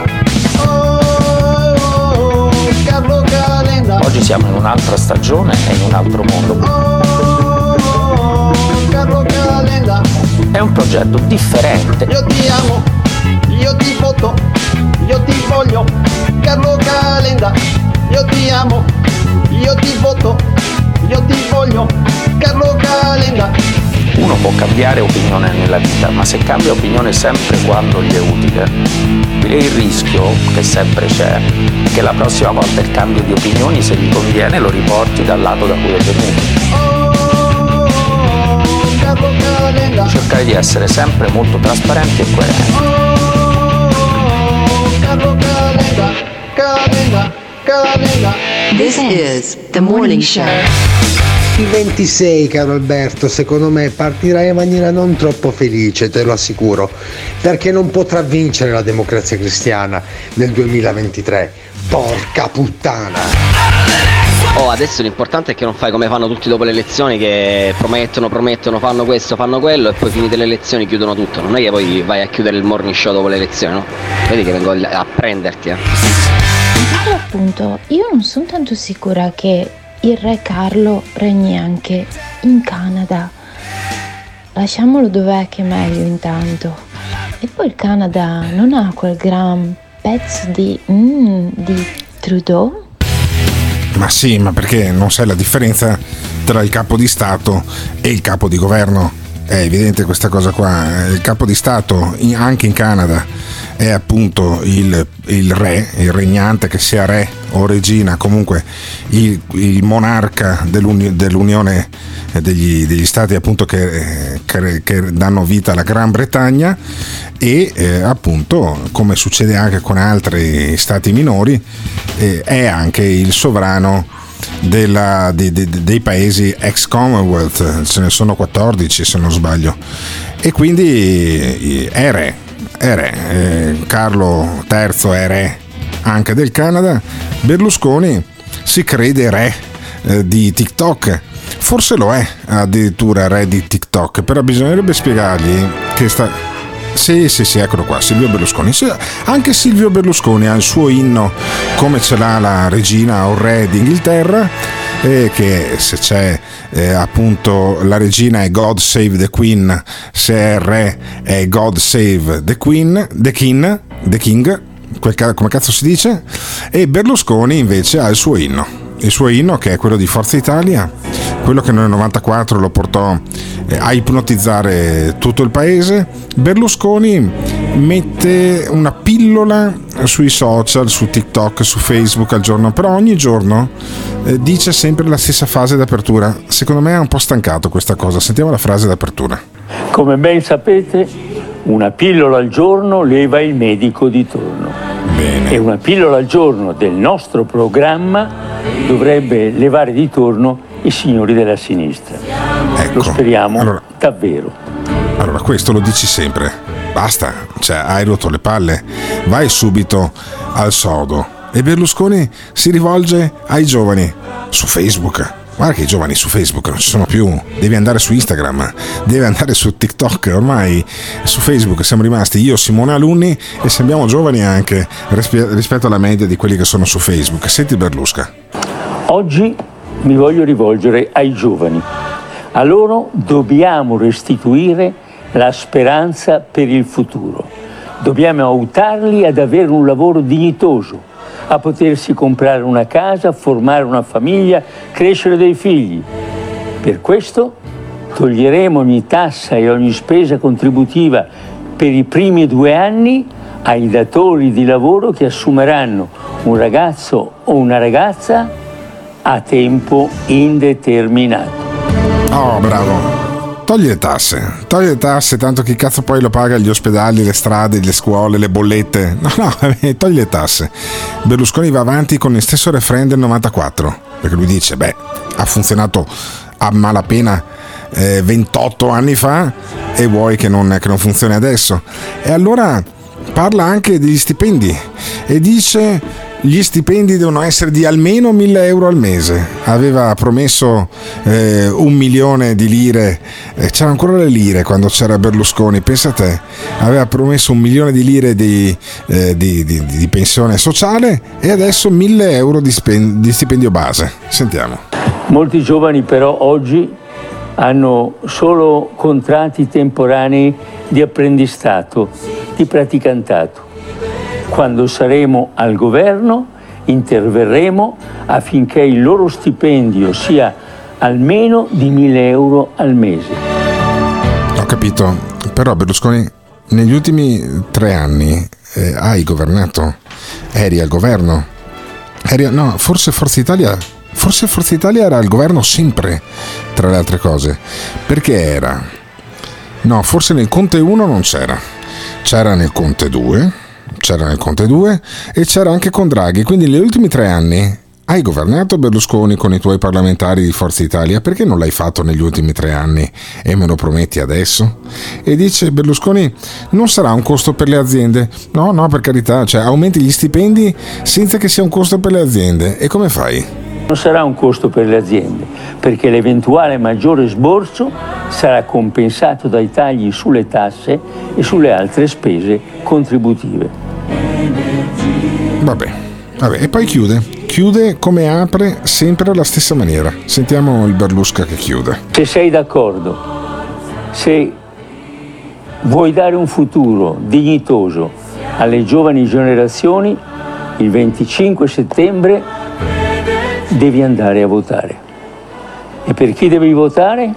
Oh, Carlo Calenda. Oggi siamo in un'altra stagione e in un altro mondo. Oh, Carlo Calenda. È un progetto differente. Io ti amo, io ti voto, io ti voglio, Carlo Calenda. Io ti amo, io ti voto, io ti voglio, Carlo Calenda. Uno può cambiare opinione nella vita, ma se cambia opinione sempre quando gli è utile. E il rischio, che sempre c'è, che la prossima volta il cambio di opinioni, se gli conviene, lo riporti dal lato da cui è venuto. Cercare di essere sempre molto trasparenti e coerenti. This is the morning show. Il 26, caro Alberto, secondo me partirai in maniera non troppo felice, te lo assicuro, perché non potrà vincere la Democrazia Cristiana nel 2023. Porca puttana! Oh, adesso l'importante è che non fai come fanno tutti dopo le elezioni, che promettono, fanno questo, fanno quello, e poi finite le elezioni chiudono tutto. Non è che poi vai a chiudere il morning show dopo le elezioni, no? Vedi che vengo a prenderti, Però appunto, io non sono tanto sicura che il re Carlo regni anche in Canada. Lasciamolo dov'è che è meglio intanto. E poi il Canada non ha quel gran pezzo di Trudeau? Ma sì, ma perché non sai la differenza tra il capo di Stato e il capo di governo? È evidente questa cosa qua. Il capo di Stato anche in Canada è appunto il re, il regnante, che sia re o regina, comunque il monarca dell'Unione degli stati appunto che danno vita alla Gran Bretagna, e appunto, come succede anche con altri stati minori, è anche il sovrano dei paesi ex Commonwealth, ce ne sono 14 se non sbaglio, e quindi è re. Carlo III è re anche del Canada. Berlusconi si crede re di TikTok, forse lo è addirittura re di TikTok, però bisognerebbe spiegargli che sta... Sì, eccolo qua, Silvio Berlusconi. Anche Silvio Berlusconi ha il suo inno, come ce l'ha la regina o re d'Inghilterra, che se c'è appunto la regina è God Save the Queen, se è il re è God Save the Queen, the King, come cazzo si dice? E Berlusconi invece ha il suo inno che è quello di Forza Italia, quello che nel 94 lo portò a ipnotizzare tutto il paese. Berlusconi mette una pillola sui social, su TikTok, su Facebook al giorno, però ogni giorno dice sempre la stessa frase d'apertura. Secondo me è un po' stancato questa cosa. Sentiamo la frase d'apertura. Come ben sapete, una pillola al giorno leva il medico di turno. Bene. E una pillola al giorno del nostro programma dovrebbe levare di turno i signori della sinistra. Ecco. Lo speriamo davvero. Allora, questo lo dici sempre. Basta, hai rotto le palle. Vai subito al sodo. E Berlusconi si rivolge ai giovani su Facebook. Guarda che i giovani su Facebook non ci sono più, devi andare su Instagram, devi andare su TikTok, ormai su Facebook siamo rimasti io, Simone Alunni, e sembriamo giovani anche rispetto alla media di quelli che sono su Facebook. Senti Berlusca. Oggi mi voglio rivolgere ai giovani. A loro dobbiamo restituire la speranza per il futuro. Dobbiamo aiutarli ad avere un lavoro dignitoso, a potersi comprare una casa, formare una famiglia, crescere dei figli. Per questo toglieremo ogni tassa e ogni spesa contributiva per i primi 2 anni ai datori di lavoro che assumeranno un ragazzo o una ragazza a tempo indeterminato. Oh, bravo. Togli le tasse, tanto chi cazzo poi lo paga gli ospedali, le strade, le scuole, le bollette? No, togli le tasse. Berlusconi va avanti con il stesso refrain del 94, perché lui dice, ha funzionato a malapena 28 anni fa e vuoi che non funzioni adesso? E allora parla anche degli stipendi e dice gli stipendi devono essere di almeno 1.000 euro al mese. Aveva promesso 1 milione di lire, c'erano ancora le lire quando c'era Berlusconi, pensa a te, aveva promesso 1 milione di lire di pensione sociale e adesso 1.000 euro di stipendio base. Sentiamo. Molti giovani però oggi hanno solo contratti temporanei di apprendistato, di praticantato. Quando saremo al governo interverremo affinché il loro stipendio sia almeno di 1.000 euro al mese. Ho capito, però Berlusconi negli ultimi 3 anni hai governato, eri al governo, forse Forza Italia era al governo sempre, tra le altre cose, perché forse nel Conte 1 non c'era nel Conte 2 e c'era anche con Draghi, quindi negli ultimi 3 anni hai governato Berlusconi con i tuoi parlamentari di Forza Italia, perché non l'hai fatto negli ultimi 3 anni e me lo prometti adesso? E dice Berlusconi non sarà un costo per le aziende. No, per carità, aumenti gli stipendi senza che sia un costo per le aziende. E come fai? Non sarà un costo per le aziende, perché l'eventuale maggiore sborso sarà compensato dai tagli sulle tasse e sulle altre spese contributive. Vabbè, e poi chiude come apre, sempre alla stessa maniera. Sentiamo il Berlusca che chiude. Se sei d'accordo, se vuoi dare un futuro dignitoso alle giovani generazioni, il 25 settembre devi andare a votare. E per chi devi votare?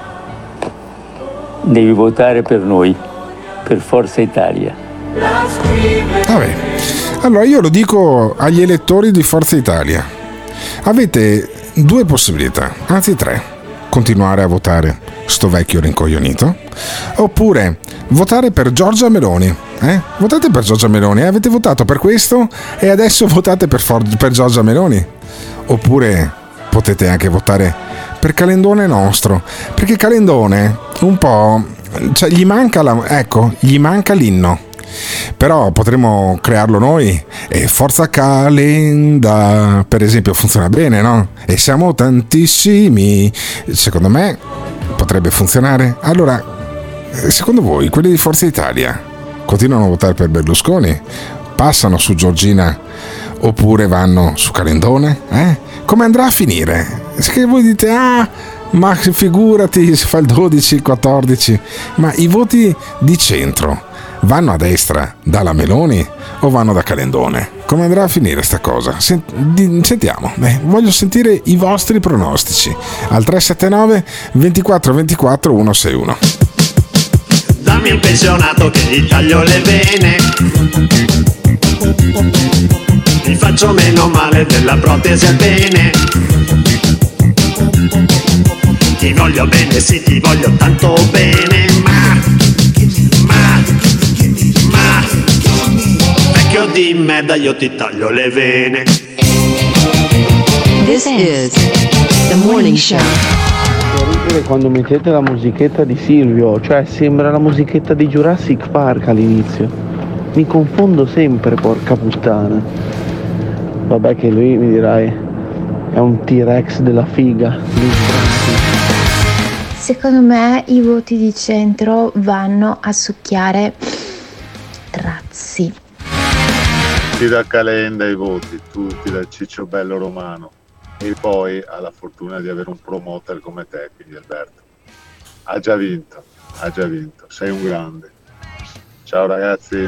Devi votare per noi, per Forza Italia. Vabbè, allora io lo dico agli elettori di Forza Italia. Avete 2 possibilità, anzi 3. Continuare a votare sto vecchio rincoglionito, oppure votare per Giorgia Meloni. Votate per Giorgia Meloni, avete votato per questo e adesso votate per Giorgia Meloni. Oppure potete anche votare per Calendone nostro, perché Calendone un po', cioè, gli manca l'inno. Però potremmo crearlo noi, e Forza Calenda per esempio funziona bene, no? E siamo tantissimi, secondo me potrebbe funzionare. Allora, secondo voi quelli di Forza Italia continuano a votare per Berlusconi, passano su Giorgina oppure vanno su Calendone? Come andrà a finire? Se voi dite ma figurati, si fa il 12, il 14, ma i voti di centro vanno a destra dalla Meloni o vanno da Calendone? Come andrà a finire sta cosa? Sentiamo, voglio sentire i vostri pronostici al 379 24 24 161. Dammi un pensionato che gli taglio le vene, mi faccio meno male della protesi al bene. Ti voglio bene, sì, ti voglio tanto bene, ma vecchio di merda, io ti taglio le vene. This is the morning show. Terribile quando mettete la musichetta di Silvio, cioè sembra la musichetta di Jurassic Park all'inizio. Mi confondo sempre, porca puttana. Vabbè che lui, mi dirai, è un T-Rex della figa. Secondo me i voti di centro vanno a succhiare Razzi. Tutti da Calenda i voti, tutti dal Ciccio Bello Romano, e poi ha la fortuna di avere un promoter come te, quindi Alberto ha già vinto, sei un grande. Ciao ragazzi.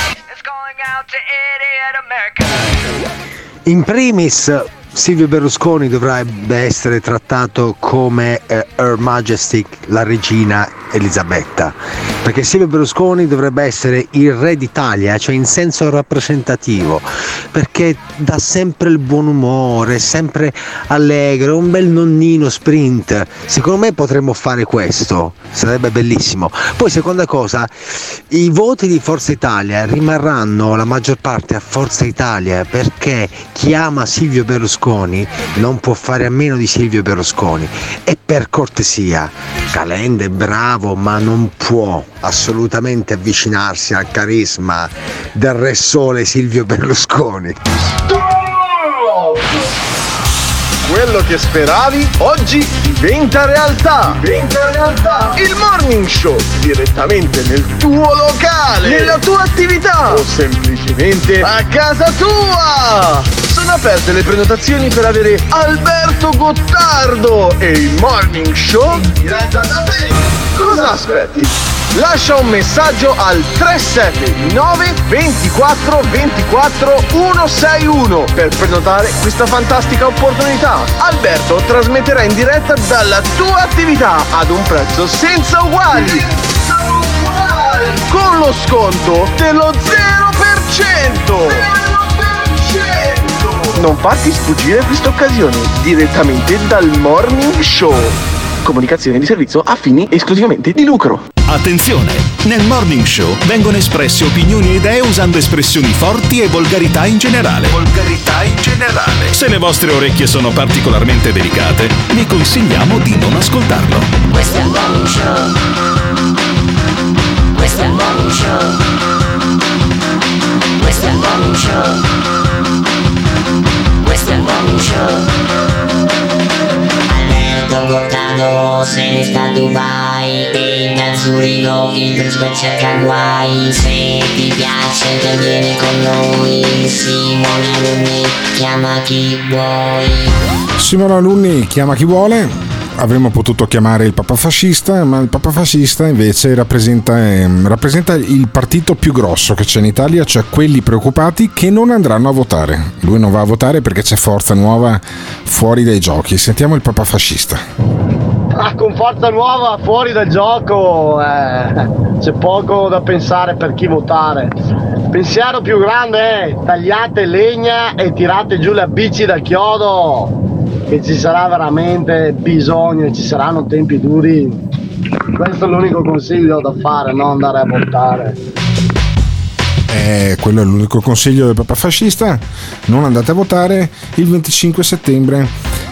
In primis Silvio Berlusconi dovrebbe essere trattato come Her Majesty la regina Elisabetta, perché Silvio Berlusconi dovrebbe essere il re d'Italia, cioè in senso rappresentativo, perché dà sempre il buon umore, sempre allegro, un bel nonnino sprint. Secondo me potremmo fare questo, sarebbe bellissimo. Poi seconda cosa, i voti di Forza Italia rimarranno la maggior parte a Forza Italia, perché chi ama Silvio Berlusconi non può fare a meno di Silvio Berlusconi. E per cortesia, Calenda è bravo, ma non può assolutamente avvicinarsi al carisma del re sole Silvio Berlusconi. Quello che speravi oggi diventa realtà. Il Morning Show direttamente nel tuo locale, nella tua attività o semplicemente a casa tua. Sono aperte le prenotazioni per avere Alberto Gottardo e il Morning Show in diretta da te. Cosa aspetti? Lascia un messaggio al 379 24 24 161 per prenotare questa fantastica opportunità. Alberto trasmetterà in diretta dalla tua attività ad un prezzo senza uguali. Con lo sconto dello 0%. Non farti sfuggire questa occasione direttamente dal Morning Show. Comunicazione di servizio a fini esclusivamente di lucro. Attenzione! Nel Morning Show vengono espresse opinioni e idee usando espressioni forti e volgarità in generale. Se le vostre orecchie sono particolarmente delicate, vi consigliamo di non ascoltarlo. Questo è il morning show. Questo è il morning show. Questo è il morning show. Questo è il morning show. Alberto Gottardo se ne sta a Dubai e da Zurigo il principe cerca guai. Se ti piace vieni con noi. Simone Alunni chiama chi vuoi. Simone Alunni chiama chi vuole. Avremmo potuto chiamare il Papa Fascista, ma il Papa Fascista invece rappresenta il partito più grosso che c'è in Italia, cioè quelli preoccupati che non andranno a votare. Lui non va a votare perché c'è Forza Nuova fuori dai giochi. Sentiamo il Papa Fascista. Con Forza Nuova fuori dal gioco c'è poco da pensare per chi votare. Pensiero più grande è: tagliate legna e tirate giù le bici dal chiodo, che ci sarà veramente bisogno e ci saranno tempi duri. Questo è l'unico consiglio da fare, non andare a votare. Quello è l'unico consiglio del Papa Fascista: non andate a votare il 25 settembre.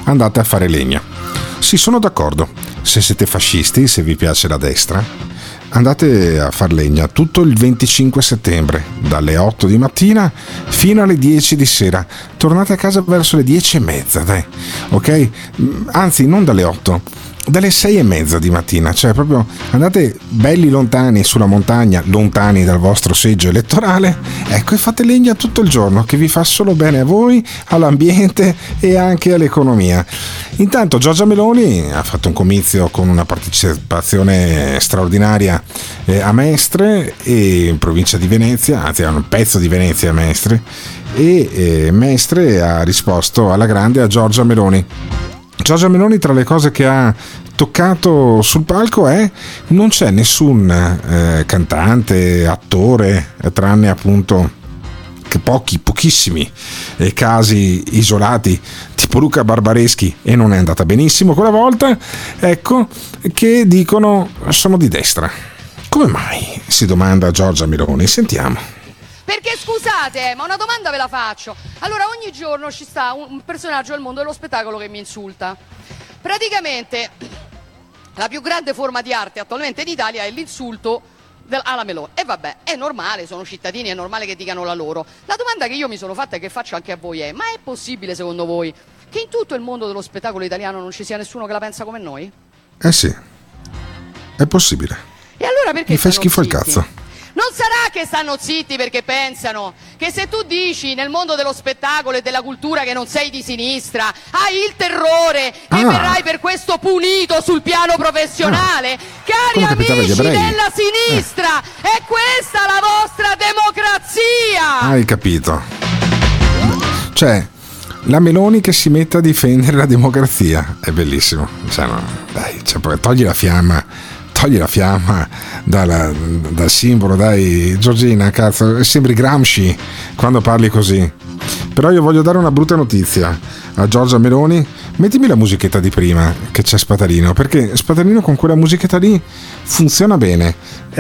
andate a fare legna. Sì, sono d'accordo. Se siete fascisti, se vi piace la destra, andate a far legna tutto il 25 settembre, dalle 8 di mattina fino alle 10 di sera. Tornate a casa verso le 10:30, dai, ok? Anzi, non dalle 8, dalle 6:30 di mattina, cioè proprio andate belli lontani sulla montagna, lontani dal vostro seggio elettorale, ecco, e fate legna tutto il giorno, che vi fa solo bene a voi, all'ambiente e anche all'economia. Intanto Giorgia Meloni ha fatto un comizio con una partecipazione straordinaria a Mestre e in provincia di Venezia, anzi è un pezzo di Venezia a Mestre, e Mestre ha risposto alla grande a Giorgia Meloni. Giorgia Meloni, tra le cose che ha toccato sul palco è: non c'è nessun cantante, attore, tranne appunto che pochissimi casi isolati tipo Luca Barbareschi, e non è andata benissimo quella volta, ecco, che dicono sono di destra. Come mai? Si domanda Giorgia Meloni. Sentiamo. Perché scusate, ma una domanda ve la faccio. Allora, ogni giorno ci sta un personaggio del mondo dello spettacolo che mi insulta. Praticamente la più grande forma di arte attualmente in Italia è l'insulto alla Meloni. E vabbè, è normale, sono cittadini, è normale che dicano la loro. La domanda che io mi sono fatta e che faccio anche a voi è: ma è possibile secondo voi che in tutto il mondo dello spettacolo italiano non ci sia nessuno che la pensa come noi? Sì, è possibile. E allora perché mi fai schifo il cazzo? Non sarà che stanno zitti perché pensano che se tu dici nel mondo dello spettacolo e della cultura che non sei di sinistra, hai il terrore che verrai per questo punito sul piano professionale? Cari amici della sinistra, è questa la vostra democrazia! Hai capito? Cioè, la Meloni che si mette a difendere la democrazia è bellissimo. Cioè, no, dai, cioè, togli la fiamma dal simbolo, dai Giorgina, cazzo, sembri Gramsci quando parli così. Però io voglio dare una brutta notizia a Giorgia Meloni: mettimi la musichetta di prima che c'è Spatarino, perché Spatarino con quella musichetta lì funziona bene.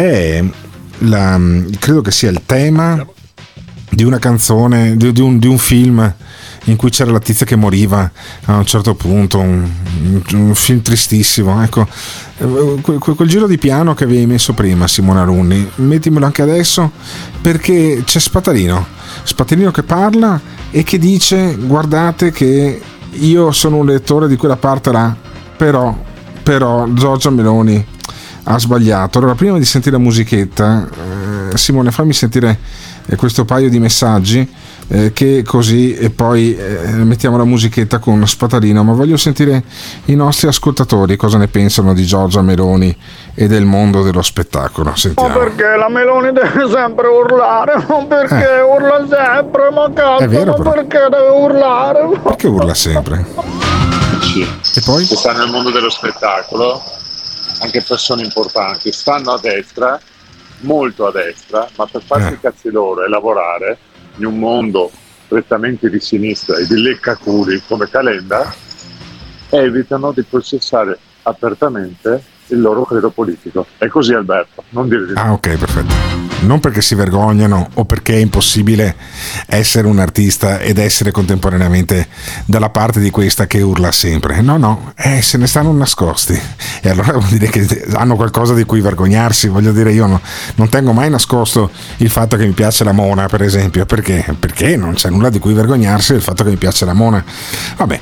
Credo che sia il tema di una canzone, di un film in cui c'era la tizia che moriva a un certo punto, un film tristissimo, ecco, quel giro di piano che avevi messo prima, Simona Runni, mettimelo anche adesso, perché c'è Spatarino che parla e che dice: guardate che io sono un lettore di quella parte là, però Giorgia Meloni ha sbagliato. Allora, prima di sentire la musichetta, Simone, fammi sentire questo paio di messaggi, che così, e poi mettiamo la musichetta con Spatarino. Ma voglio sentire i nostri ascoltatori cosa ne pensano di Giorgia Meloni e del mondo dello spettacolo. Sentiamo. Ma perché la Meloni deve sempre urlare? Ma perché urla sempre? Ma cazzo, vero, ma perché deve urlare? Perché urla sempre? Sì. E poi? Se sta nel mondo dello spettacolo, anche persone importanti stanno a destra, molto a destra, ma per farsi i cazzi loro e lavorare in un mondo prettamente di sinistra e di leccaculi come Calenda, evitano di processare apertamente il loro credo politico. È così, Alberto, non dire di no. Ok, perfetto. Non perché si vergognano o perché è impossibile essere un artista ed essere contemporaneamente dalla parte di questa che urla sempre. No, se ne stanno nascosti. E allora vuol dire che hanno qualcosa di cui vergognarsi. Voglio dire, io non tengo mai nascosto il fatto che mi piace la Mona, per esempio. Perché non c'è nulla di cui vergognarsi del fatto che mi piace la Mona. Vabbè.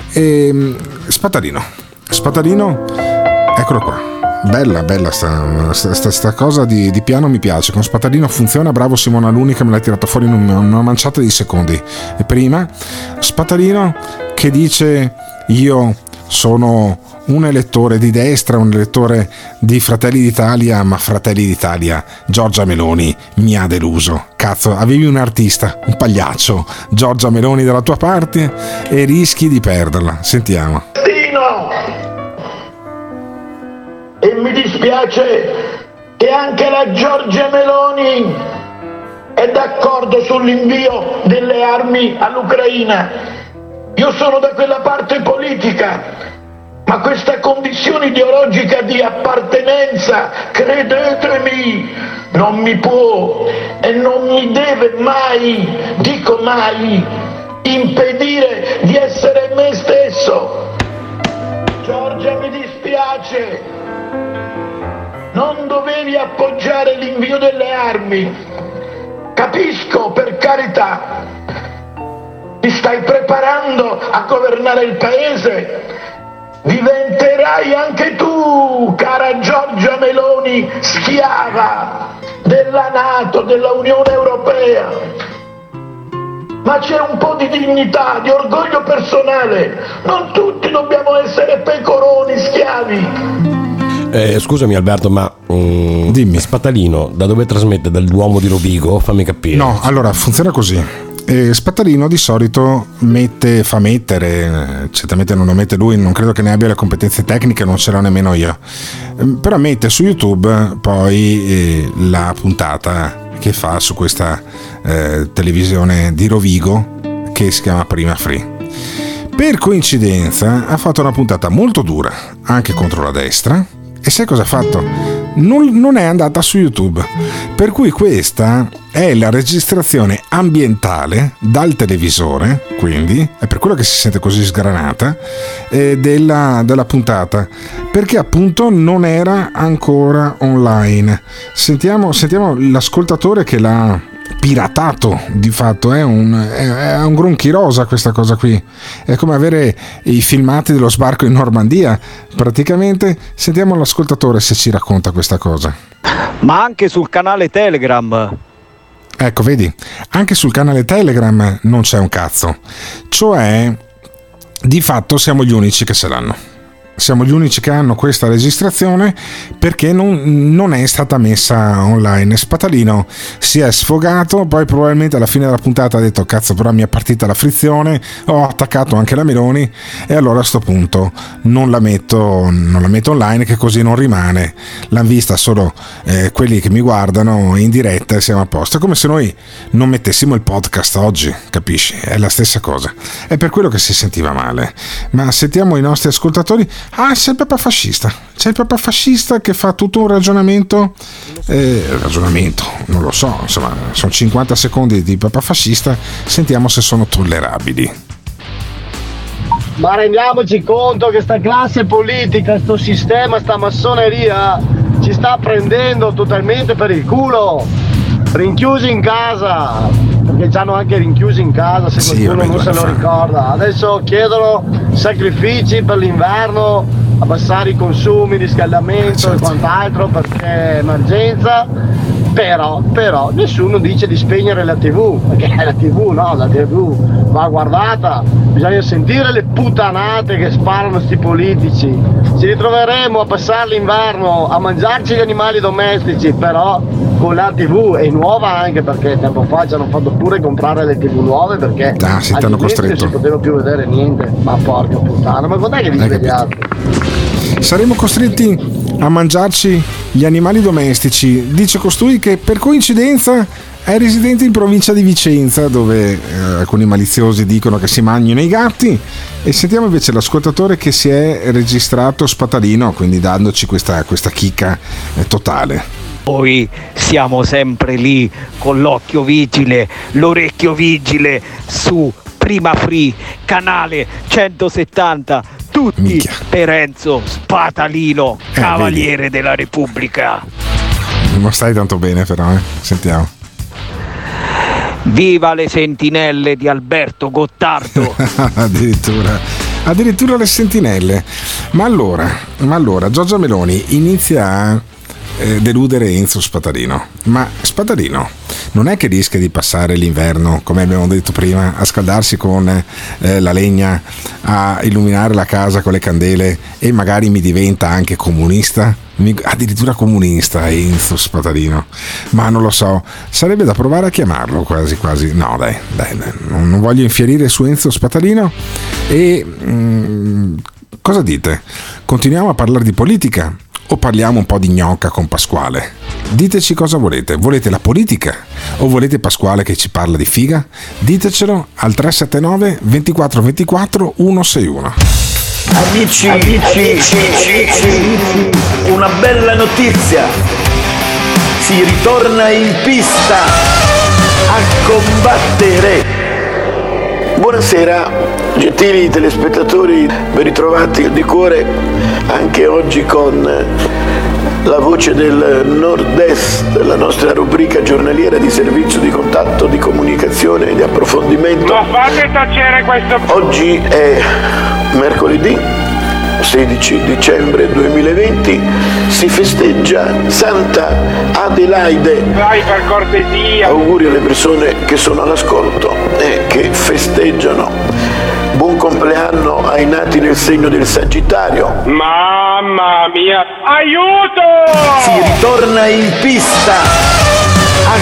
Spatarino, eccolo qua. Bella sta cosa di piano, mi piace. Con Spatarino funziona. Bravo Simona Luni che me l'hai tirato fuori in una manciata di secondi. E prima Spatarino che dice: io sono un elettore di destra, un elettore di Fratelli d'Italia, ma Fratelli d'Italia, Giorgia Meloni mi ha deluso. Cazzo, avevi un artista, un pagliaccio, Giorgia Meloni dalla tua parte e rischi di perderla. Sentiamo. E mi dispiace che anche la Giorgia Meloni è d'accordo sull'invio delle armi all'Ucraina. Io sono da quella parte politica, ma questa condizione ideologica di appartenenza, credetemi, non mi può e non mi deve mai, dico mai, impedire di essere me stesso stesso. Giorgia, mi dispiace, non dovevi appoggiare l'invio delle armi. Capisco, per carità, ti stai preparando a governare il paese. Diventerai anche tu, cara Giorgia Meloni, schiava della NATO, della Unione Europea. Ma c'è un po' di dignità, di orgoglio personale. Non tutti dobbiamo essere pecoroni, schiavi. Scusami Alberto, ma dimmi, Spatalino da dove trasmette? Dal Duomo di Rovigo? Fammi capire. No, allora funziona così. Spatalino di solito certamente non lo mette lui, non credo che ne abbia le competenze tecniche, non ce l'ho nemmeno io, però mette su YouTube poi la puntata che fa su questa televisione di Rovigo che si chiama Prima Free. Per coincidenza ha fatto una puntata molto dura anche contro la destra, e sai cosa ha fatto? Non è andata su YouTube, per cui questa è la registrazione ambientale dal televisore, quindi è per quello che si sente così sgranata, della puntata, perché appunto non era ancora online. Sentiamo l'ascoltatore che l'ha piratato, di fatto è un gronchi rosa questa cosa qui, è come avere i filmati dello sbarco in Normandia praticamente. Sentiamo l'ascoltatore se ci racconta questa cosa. Ma anche sul canale Telegram, ecco, vedi, anche sul canale Telegram non c'è un cazzo, cioè di fatto siamo gli unici che ce l'hanno. Siamo gli unici che hanno questa registrazione perché non è stata messa online. Spatalino si è sfogato, poi probabilmente alla fine della puntata ha detto cazzo, però mi è partita la frizione, ho attaccato anche la Meloni e allora a sto punto non la metto online, che così non rimane. L'hanno vista solo quelli che mi guardano in diretta e siamo a posto. È come se noi non mettessimo il podcast oggi, capisci? È la stessa cosa. È per quello che si sentiva male. Ma sentiamo i nostri ascoltatori. C'è il Papa fascista. C'è il Papa fascista che fa tutto un ragionamento, non lo so, insomma, sono 50 secondi di Papa fascista, sentiamo se sono tollerabili. Ma rendiamoci conto che sta classe politica, sto sistema, sta massoneria ci sta prendendo totalmente per il culo. Rinchiusi in casa, perché ci hanno anche rinchiusi in casa, se qualcuno non se lo ricorda. Adesso chiedono sacrifici per l'inverno, abbassare i consumi, riscaldamento e quant'altro perché è emergenza, però nessuno dice di spegnere la TV, perché la TV va guardata, bisogna sentire le puttanate che sparano sti politici. Ci ritroveremo a passare l'inverno a mangiarci gli animali domestici, però con la TV, è nuova anche perché tempo fa ci hanno fatto pure comprare le TV nuove perché si t'hanno costretto, non si poteva più vedere niente. Ma porca puttana, ma quant'è che vi svegliate? Saremo costretti a mangiarci gli animali domestici, dice costui che per coincidenza è residente in provincia di Vicenza, dove alcuni maliziosi dicono che si mangiano i gatti. E sentiamo invece l'ascoltatore che si è registrato Spatalino, quindi dandoci questa chicca totale. Poi siamo sempre lì con l'occhio vigile, l'orecchio vigile su Prima Free, canale 170, tutti minchia. Per Enzo Spatalino, Cavaliere della Repubblica. Non stai tanto bene però, Sentiamo. Viva le sentinelle di Alberto Gottardo. Addirittura le sentinelle. Ma allora Giorgia Meloni inizia a deludere Enzo Spatalino. Ma Spatalino non è che rischia di passare l'inverno, come abbiamo detto prima, a scaldarsi con la legna, a illuminare la casa con le candele e magari mi diventa anche comunista? Addirittura comunista Enzo Spatalino. Ma non lo so, sarebbe da provare a chiamarlo quasi. No dai, non voglio infierire su Enzo Spatalino. E cosa dite? Continuiamo a parlare di politica o parliamo un po' di gnocca con Pasquale? Diteci cosa volete. Volete la politica o volete Pasquale che ci parla di figa? Ditecelo al 379 24 24 161. Amici, una bella notizia, si ritorna in pista a combattere Buonasera, gentili telespettatori, ben ritrovati di cuore anche oggi con la voce del Nord-Est, la nostra rubrica giornaliera di servizio di contatto, di comunicazione e di approfondimento. Non fate tacere questo. Oggi è mercoledì 16 dicembre 2020, si festeggia Santa Adelaide. Vai, per cortesia. Auguri alle persone che sono all'ascolto e che festeggiano. Buon compleanno ai nati nel segno del Sagittario. Mamma mia, aiuto! Si ritorna in pista a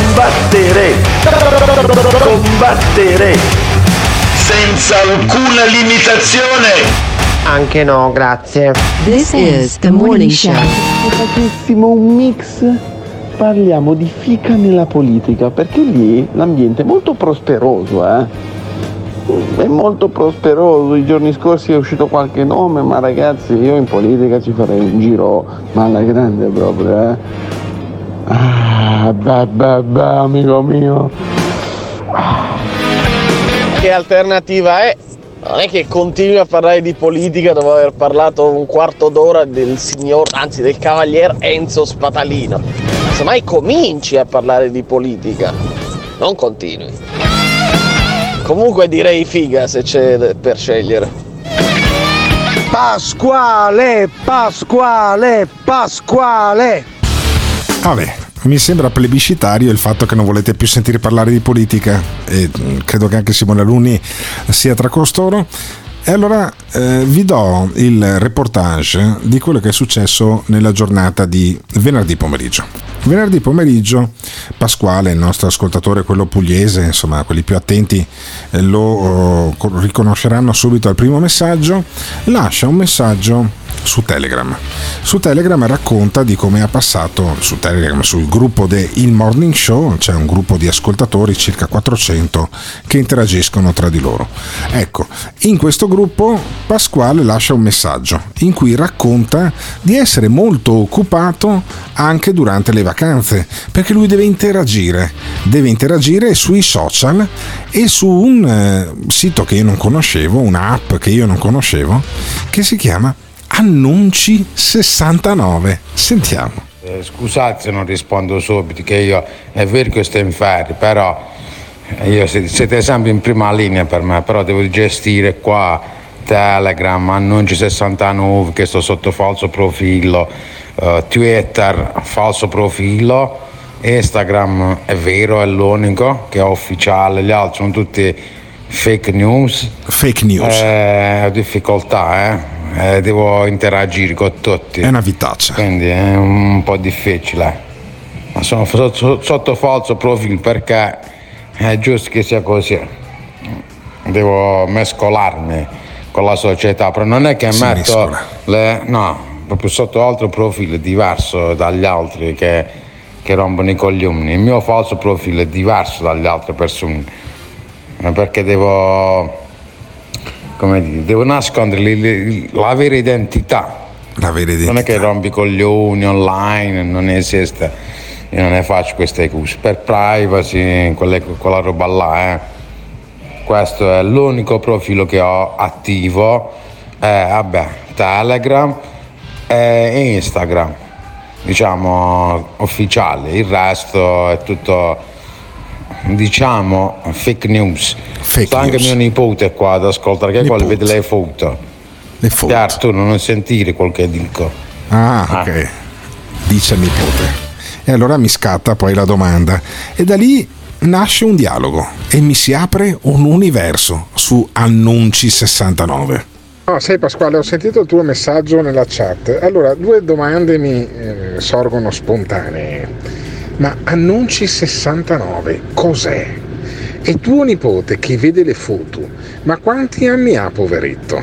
combattere senza alcuna limitazione. Anche no, grazie. This is the morning show. Se facessimo un mix, parliamo di fica nella politica, perché lì l'ambiente è molto prosperoso, È molto prosperoso. I giorni scorsi è uscito qualche nome, ma ragazzi, io in politica ci farei un giro, ma alla grande proprio, amico mio. Che alternativa è? Non è che continui a parlare di politica dopo aver parlato un quarto d'ora del signor, anzi del cavalier Enzo Spatalino. Semmai cominci a parlare di politica, non continui. Comunque direi figa se c'è per scegliere. Pasquale! Vabbè, mi sembra plebiscitario il fatto che non volete più sentire parlare di politica, e credo che anche Simone Alunni sia tra costoro. E allora vi do il reportage di quello che è successo nella giornata di venerdì pomeriggio. Venerdì pomeriggio Pasquale, il nostro ascoltatore, quello pugliese, insomma quelli più attenti lo riconosceranno subito al primo messaggio, lascia un messaggio su Telegram. Su Telegram racconta di come ha passato, su Telegram, sul gruppo del Morning Show, c'è un gruppo di ascoltatori, circa 400, che interagiscono tra di loro. Ecco, in questo gruppo Pasquale lascia un messaggio in cui racconta di essere molto occupato anche durante le vacanze, perché lui deve interagire sui social e su un sito che io non conoscevo, un'app che io non conoscevo, che si chiama Annunci 69. Sentiamo. Scusate se non rispondo subito, che io è vero che sto in ferie, però io siete sempre in prima linea per me, però devo gestire qua Telegram, Annunci 69 che sto sotto falso profilo, Twitter falso profilo, Instagram è vero, è l'unico che è ufficiale, gli altri sono tutti fake news. Ho difficoltà, devo interagire con tutti. È una vitaccia. Quindi è un po' difficile. Ma sono sotto falso profilo perché è giusto che sia così. Devo mescolarmi con la società, però non è che metto proprio sotto altro profilo diverso dagli altri che rompono i coglioni. Il mio falso profilo è diverso dalle altre persone, perché devo nascondere la vera identità. Non è che rompi i coglioni online, non esiste. Io non ne faccio queste cose per privacy, quella roba là. Questo è l'unico profilo che ho attivo. Telegram e Instagram, diciamo ufficiale. Il resto è tutto, diciamo, fake news. Sta anche mio nipote qua ad ascoltare, che quello vede le foto. Chiaro, tu non sentire quel che dico. Ok. Dice il nipote. E allora mi scatta poi la domanda, e da lì nasce un dialogo e mi si apre un universo su Annunci 69. Sai Pasquale, ho sentito il tuo messaggio nella chat. Allora, due domande mi sorgono spontanee. Ma Annunci 69 cos'è? E tuo nipote che vede le foto, ma quanti anni ha, poveretto?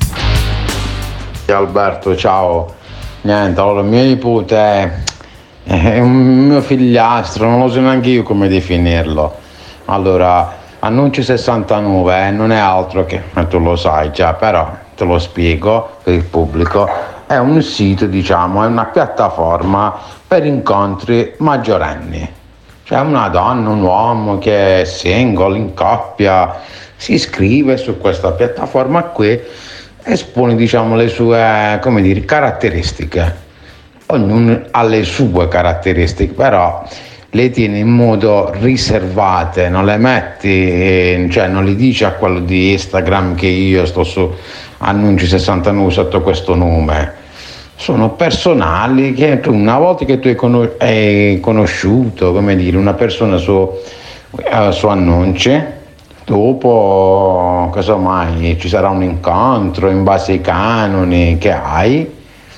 Alberto, ciao. Niente, allora mio nipote è un mio figliastro, non lo so neanche io come definirlo. Allora, Annunci 69 non è altro che, tu lo sai già, però te lo spiego per il pubblico, è un sito, diciamo, è una piattaforma per incontri maggiorenni. Cioè una donna, un uomo che è single, in coppia, si iscrive su questa piattaforma qui, espone diciamo le sue, come dire, caratteristiche. Ognuno ha le sue caratteristiche, però le tiene in modo riservate, non le metti, cioè non li dici a quello di Instagram che io sto su Annunci 69 sotto questo nome. Sono personali che tu, una volta che tu hai conosciuto, come dire, una persona su Annunci, dopo casomai ci sarà un incontro in base ai canoni che hai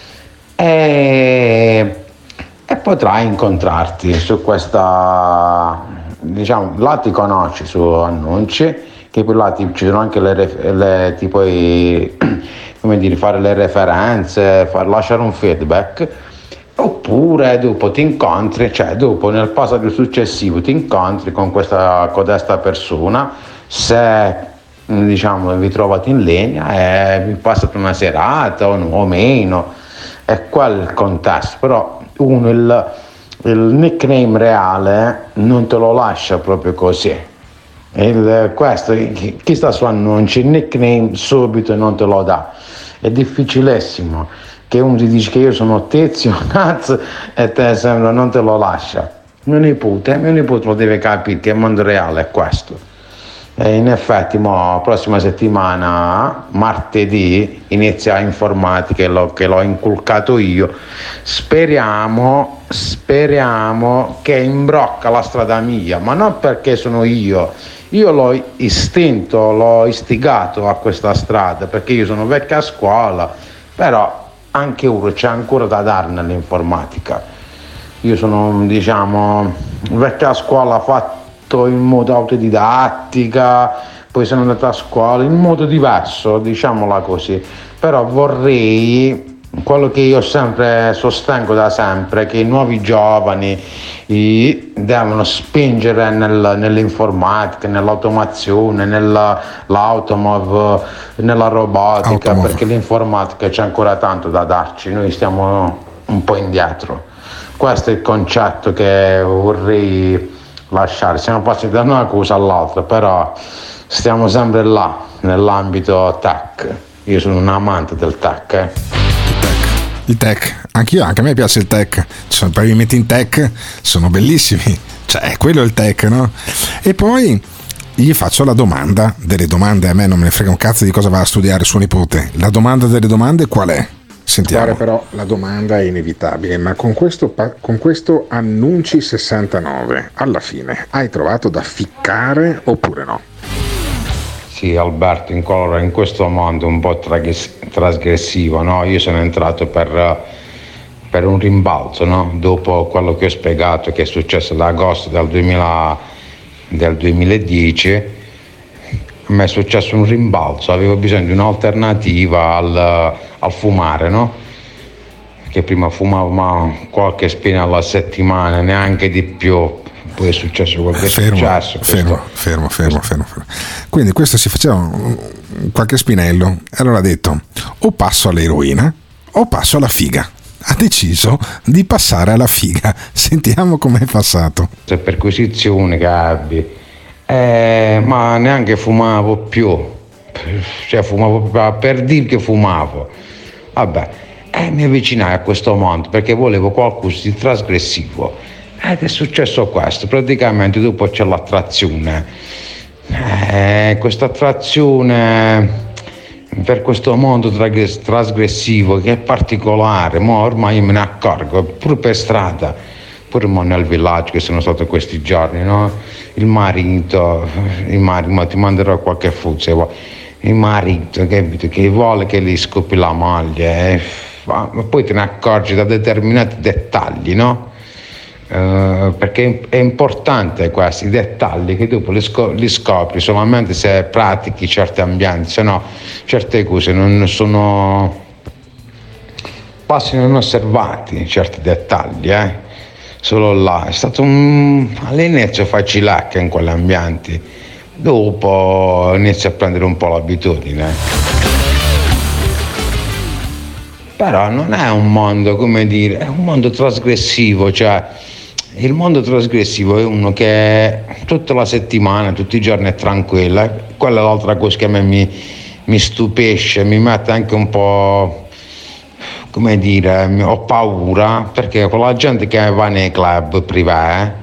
e potrai incontrarti su questa, diciamo, là ti conosci su Annunci, che poi là ci sono anche le tipo come dire, fare le referenze, lasciare un feedback, oppure dopo ti incontri, cioè dopo nel passaggio successivo ti incontri con codesta persona, se diciamo vi trovate in linea e vi passate una serata o meno, è quel il contesto, però uno il nickname reale non te lo lascia proprio così. Questo, chi sta su Annunci, il nickname subito non te lo dà, è difficilissimo che uno ti dice che io sono Tizio, cazzo, e te sembra non te lo lascia. Mio nipote lo deve capire che il mondo reale è questo. E in effetti prossima settimana, martedì, inizia informatica che l'ho inculcato io. Speriamo che imbrocca la strada mia, ma non perché sono io l'ho istigato a questa strada, perché io sono vecchia a scuola, però anche ora c'è ancora da dare nell'informatica. Io sono, diciamo, vecchia a scuola fatto in modo autodidattica, poi sono andato a scuola in modo diverso, diciamola così, però vorrei, quello che io sempre sostengo da sempre, che i nuovi giovani devono spingere nell'informatica, nell'automazione, nell'automove, nella robotica, perché l'informatica c'è ancora tanto da darci, noi stiamo un po' indietro. Questo è il concetto che vorrei lasciare. Siamo passati da una cosa all'altra, però stiamo sempre là, nell'ambito tech. Io sono un amante del tech. Il tech, anche a me piace il tech, ci sono i pavimenti in tech, sono bellissimi, cioè quello è il tech, no? E poi gli faccio la domanda delle domande, a me non me ne frega un cazzo di cosa va a studiare suo nipote, la domanda delle domande qual è? Sentiamo. Però la domanda è inevitabile, ma con questo Annunci 69 alla fine hai trovato da ficcare oppure no? Sì, Alberto, in questo mondo un po' trasgressivo, no? Io sono entrato per un rimbalzo, no? Dopo quello che ho spiegato che è successo ad agosto del 2010, a me è successo un rimbalzo, avevo bisogno di un'alternativa al fumare, no? Che prima fumavo ma qualche spina alla settimana, neanche di più. Poi è successo quel che è successo. Fermo. Quindi questo si faceva qualche spinello e allora ha detto o passo all'eroina o passo alla figa. Ha deciso di passare alla figa. Sentiamo com'è passato. Per perquisizione che abbi, ma neanche fumavo più, cioè fumavo per dire che fumavo. Vabbè, mi avvicinai a questo mondo perché volevo qualcosa di trasgressivo. Ed è successo questo, praticamente dopo c'è l'attrazione, questa attrazione per questo mondo trasgressivo che è particolare, ma ormai me ne accorgo, pure per strada, pure nel villaggio che sono stato questi giorni, no? Il marito, ma ti manderò qualche foto, il marito che vuole che gli scopi la moglie, ma poi te ne accorgi da determinati dettagli, no? Perché è importante questi dettagli che dopo li scopri solamente se pratichi certi ambienti, se no certe cose non sono, passano inosservati certi dettagli, solo là è stato all'inizio facilacca in quegli ambienti, dopo inizio a prendere un po' l'abitudine. Però non è un mondo, come dire, è un mondo trasgressivo, cioè Il mondo trasgressivo è uno che tutta la settimana, tutti i giorni è tranquilla. Quella è l'altra cosa che a me mi stupisce, mi mette anche un po', come dire, ho paura, perché con la gente che va nei club privati,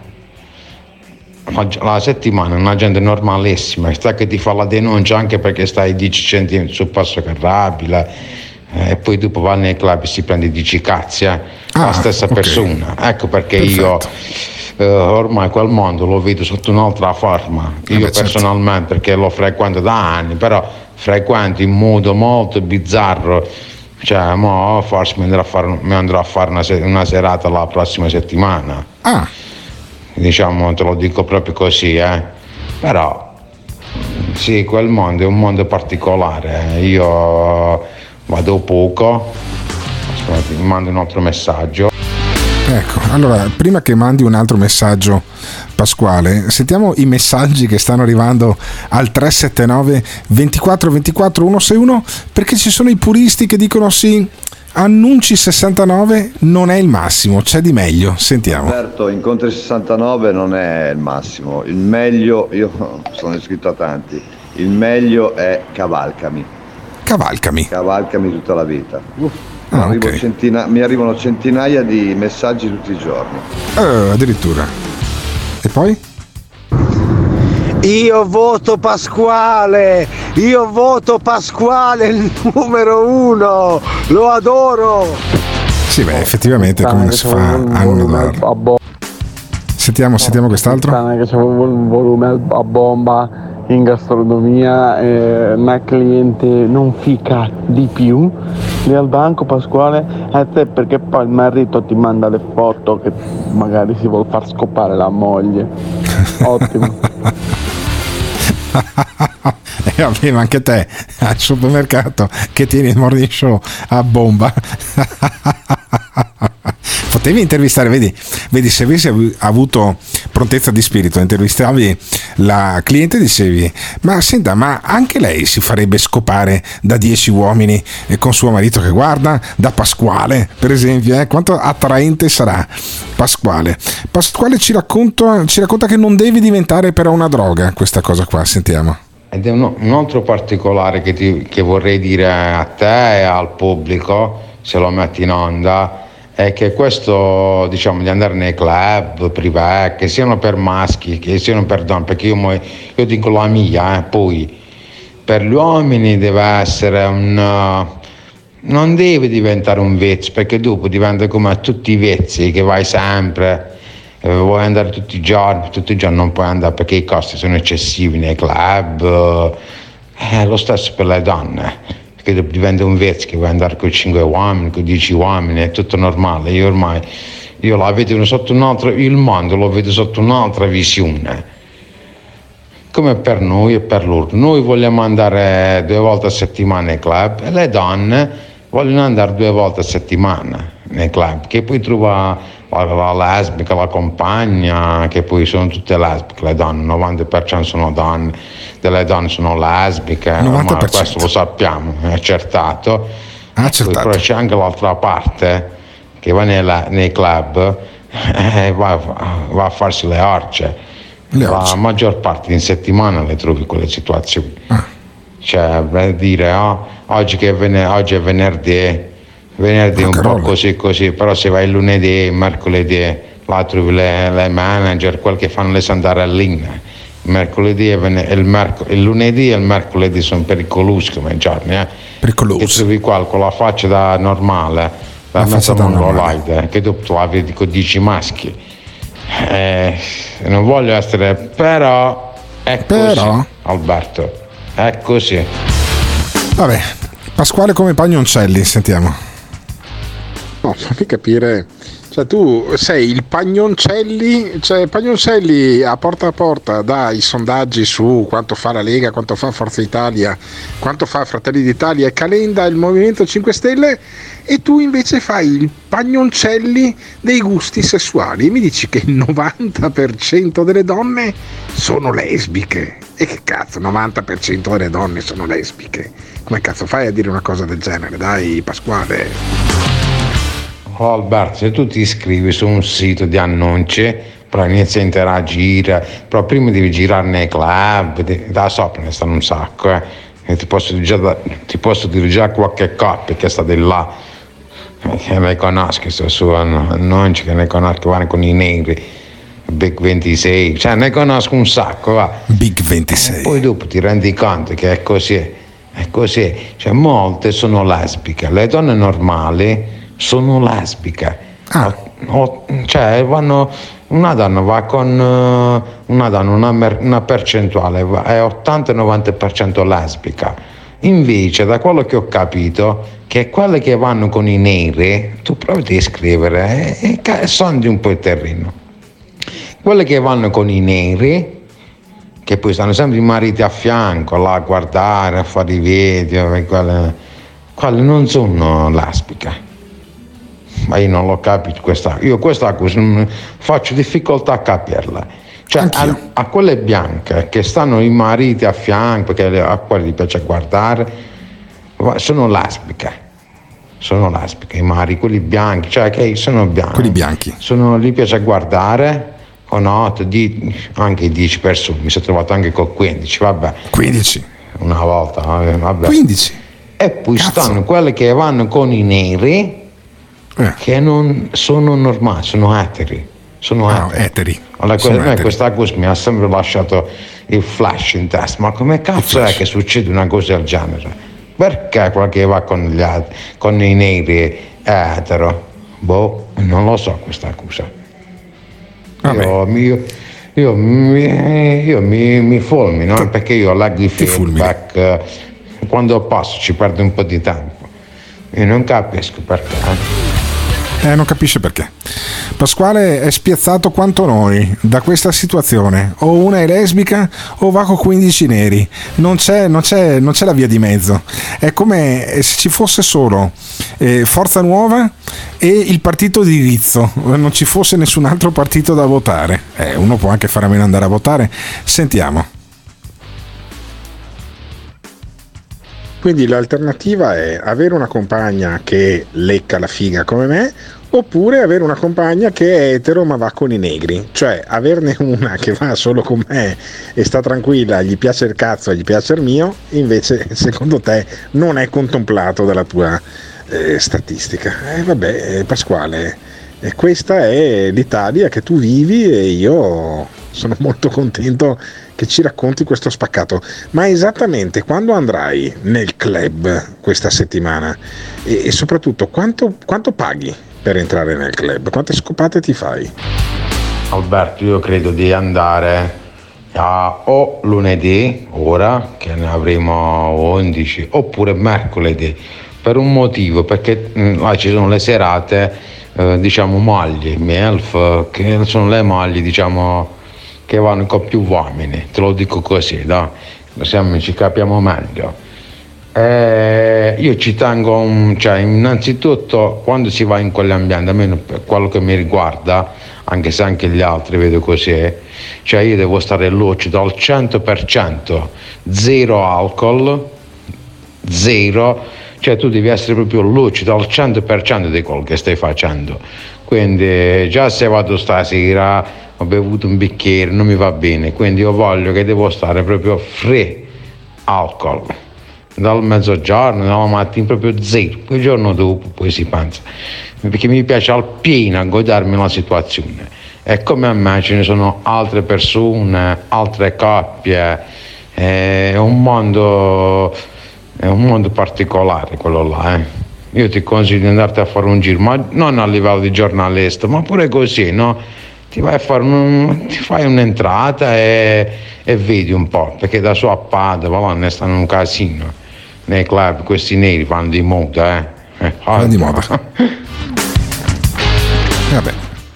la settimana è una gente normalissima, sta che ti fa la denuncia anche perché stai 10 centimetri sul passo carrabile, e poi dopo va nei club e si prende 10 cazzi, la stessa persona. Ecco perché perfetto. Io ormai quel mondo lo vedo sotto un'altra forma. Io personalmente, perché lo frequento da anni, però frequento in modo molto bizzarro. Cioè, mo forse mi andrò a fare una serata la prossima settimana. Diciamo, te lo dico proprio così, però sì, quel mondo è un mondo particolare. Io vado poco. Aspetta, mi mando un altro messaggio. Ecco, allora prima che mandi un altro messaggio, Pasquale, sentiamo i messaggi che stanno arrivando al 379 24 24 161, perché ci sono i puristi che dicono sì, Annunci 69 non è il massimo, c'è di meglio. Sentiamo. Certo, Incontri 69 non è il massimo, il meglio, io sono iscritto a tanti, il meglio è Cavalcami tutta la vita. Mi arrivano centinaia di messaggi tutti i giorni. Addirittura. E poi? Io voto Pasquale, il numero 1, lo adoro. Sì, beh, effettivamente come si fa a non adorarlo. Sentiamo quest'altro. Che c'è un volume a bomba in gastronomia, ma cliente non fica di più. Lì al banco, Pasquale, a te perché poi il marito ti manda le foto che magari si vuol far scopare la moglie. Ottimo. Vabbè, ma anche te al supermercato che tieni il morning show a bomba. Potevi intervistare, vedi se avessi avuto prontezza di spirito, intervistavi la cliente e dicevi: ma senta, ma anche lei si farebbe scopare da 10 uomini con suo marito che guarda, da Pasquale per esempio, quanto attraente sarà Pasquale ci racconta che non deve diventare però una droga questa cosa qua. Sentiamo. Ed è un altro particolare che vorrei dire a te e al pubblico, se lo metti in onda, è che questo, diciamo, di andare nei club privati, che siano per maschi, che siano per donne, perché io dico la mia, poi per gli uomini deve essere non deve diventare un vezzo, perché dopo diventa come a tutti i vezzi, che vai sempre, vuoi andare tutti i giorni non puoi andare perché i costi sono eccessivi nei club, lo stesso per le donne. Che diventa un vezzo che vuoi andare con 5 uomini, con 10 uomini, è tutto normale. Io la vedo sotto il mondo lo vedo sotto un'altra visione, come per noi e per loro. Noi vogliamo andare 2 volte a settimana nei club e le donne vogliono andare 2 volte a settimana nei club, che poi trova la lesbica, la compagna, che poi sono tutte lesbiche, le donne, 90% sono donne, delle donne sono lesbiche, ma questo lo sappiamo, è accertato. Poi però c'è anche l'altra parte che va nei club e va a farsi le orge. La maggior parte in settimana le trovi quelle situazioni. Cioè, per dire, oggi è venerdì un po' così, però se vai il lunedì, mercoledì, là trovi le manager, quel che fanno le sandareline. Il lunedì e il mercoledì sono pericolosi come giorni, Pericolosi. E trovi qua con la faccia da normale, la mezza mongoloide, che dopo la vedi con 10 maschi. Non voglio essere, però è così, Alberto, è così. Vabbè, Pasquale come Pagnoncelli, sentiamo. No, fammi capire, cioè tu sei il Pagnoncelli a porta dà i sondaggi su quanto fa la Lega, quanto fa Forza Italia, quanto fa Fratelli d'Italia e Calenda, il Movimento 5 Stelle, e tu invece fai il Pagnoncelli dei gusti sessuali e mi dici che il 90% delle donne sono lesbiche. E che cazzo, 90% delle donne sono lesbiche? Come cazzo fai a dire una cosa del genere? Dai, Pasquale. Alberto, se tu ti iscrivi su un sito di annunci, però inizi a interagire, però prima devi girare nei club, da sopra ne stanno un sacco, e ti posso dire già qualche coppia che sta di là, che ne conosco, sto su annunci, che ne conosco, che vanno con i neri, Big 26, cioè ne conosco un sacco, va. Big 26. Poi dopo ti rendi conto che è così, cioè molte sono lesbiche, le donne normali sono lesbiche, cioè vanno, una donna va con una percentuale è 80-90% lesbica, invece da quello che ho capito che quelle che vanno con i neri tu provi a iscrivere e sondi un po' il terreno, quelle che vanno con i neri che poi stanno sempre i mariti a fianco là a guardare, a fare i video, quelle non sono lesbiche. Ma io non l'ho capito questa cosa faccio difficoltà a capirla, cioè a quelle bianche che stanno i mariti a fianco, che a quali gli piace guardare, sono lesbiche, i mariti, quelli bianchi, cioè che sono bianchi, quelli bianchi gli piace guardare con 8, anche 10 persone, mi sono trovato anche con 15, vabbè, 15 una volta, vabbè, 15, e poi stanno quelle che vanno con i neri che non sono normali, sono eteri. Allora, questa cosa mi ha sempre lasciato il flash in testa, ma come cazzo è che succede una cosa del genere? Perché qualche va con i neri è etero? Non lo so questa cosa. Io mi fulmino, perché io leggo i feedback, quando passo ci perdo un po' di tempo, io non capisco perché. Non capisce perché. Pasquale è spiazzato quanto noi da questa situazione. O una è lesbica o va con 15 neri. Non c'è la via di mezzo. È come se ci fosse solo Forza Nuova e il partito di Rizzo. Non ci fosse nessun altro partito da votare. Uno può anche fare a meno andare a votare. Sentiamo. Quindi l'alternativa è avere una compagna che lecca la figa come me, oppure avere una compagna che è etero ma va con i negri. Cioè averne una che va solo con me e sta tranquilla, gli piace il cazzo e gli piace il mio, invece secondo te non è contemplato dalla tua statistica. Vabbè, Pasquale, questa è l'Italia che tu vivi e io sono molto contento che ci racconti questo spaccato. Ma esattamente quando andrai nel club questa settimana e soprattutto quanto paghi per entrare nel club? Quante scopate ti fai? Alberto, io credo di andare o lunedì, ora che ne avremo 11, oppure mercoledì, per un motivo, perché là ci sono le serate diciamo mogli, MILF, che sono le mogli diciamo che vanno con più uomini, te lo dico così, no? Ci capiamo meglio. Io ci tengo, cioè innanzitutto quando si va in quell'ambiente, almeno per quello che mi riguarda, anche se anche gli altri vedo così, cioè io devo stare lucido al 100%, zero alcol, zero, cioè tu devi essere proprio lucido al 100% di quello che stai facendo. Quindi già se vado stasera ho bevuto un bicchiere, non mi va bene, quindi io voglio che devo stare proprio free alcol, dal mezzogiorno, dalla mattina proprio zero, poi il giorno dopo poi si pensa, perché mi piace alpina godermi la situazione, e come a me ce ne sono altre persone, altre coppie, è un mondo particolare quello là, Io ti consiglio di andarti a fare un giro, ma non a livello di giornalista, ma pure così, no? Ti vai a fare ti fai un'entrata e vedi un po', perché da su a Padova là ne stanno un casino nei club, questi neri vanno di moda, vanno di moda. Vabbè,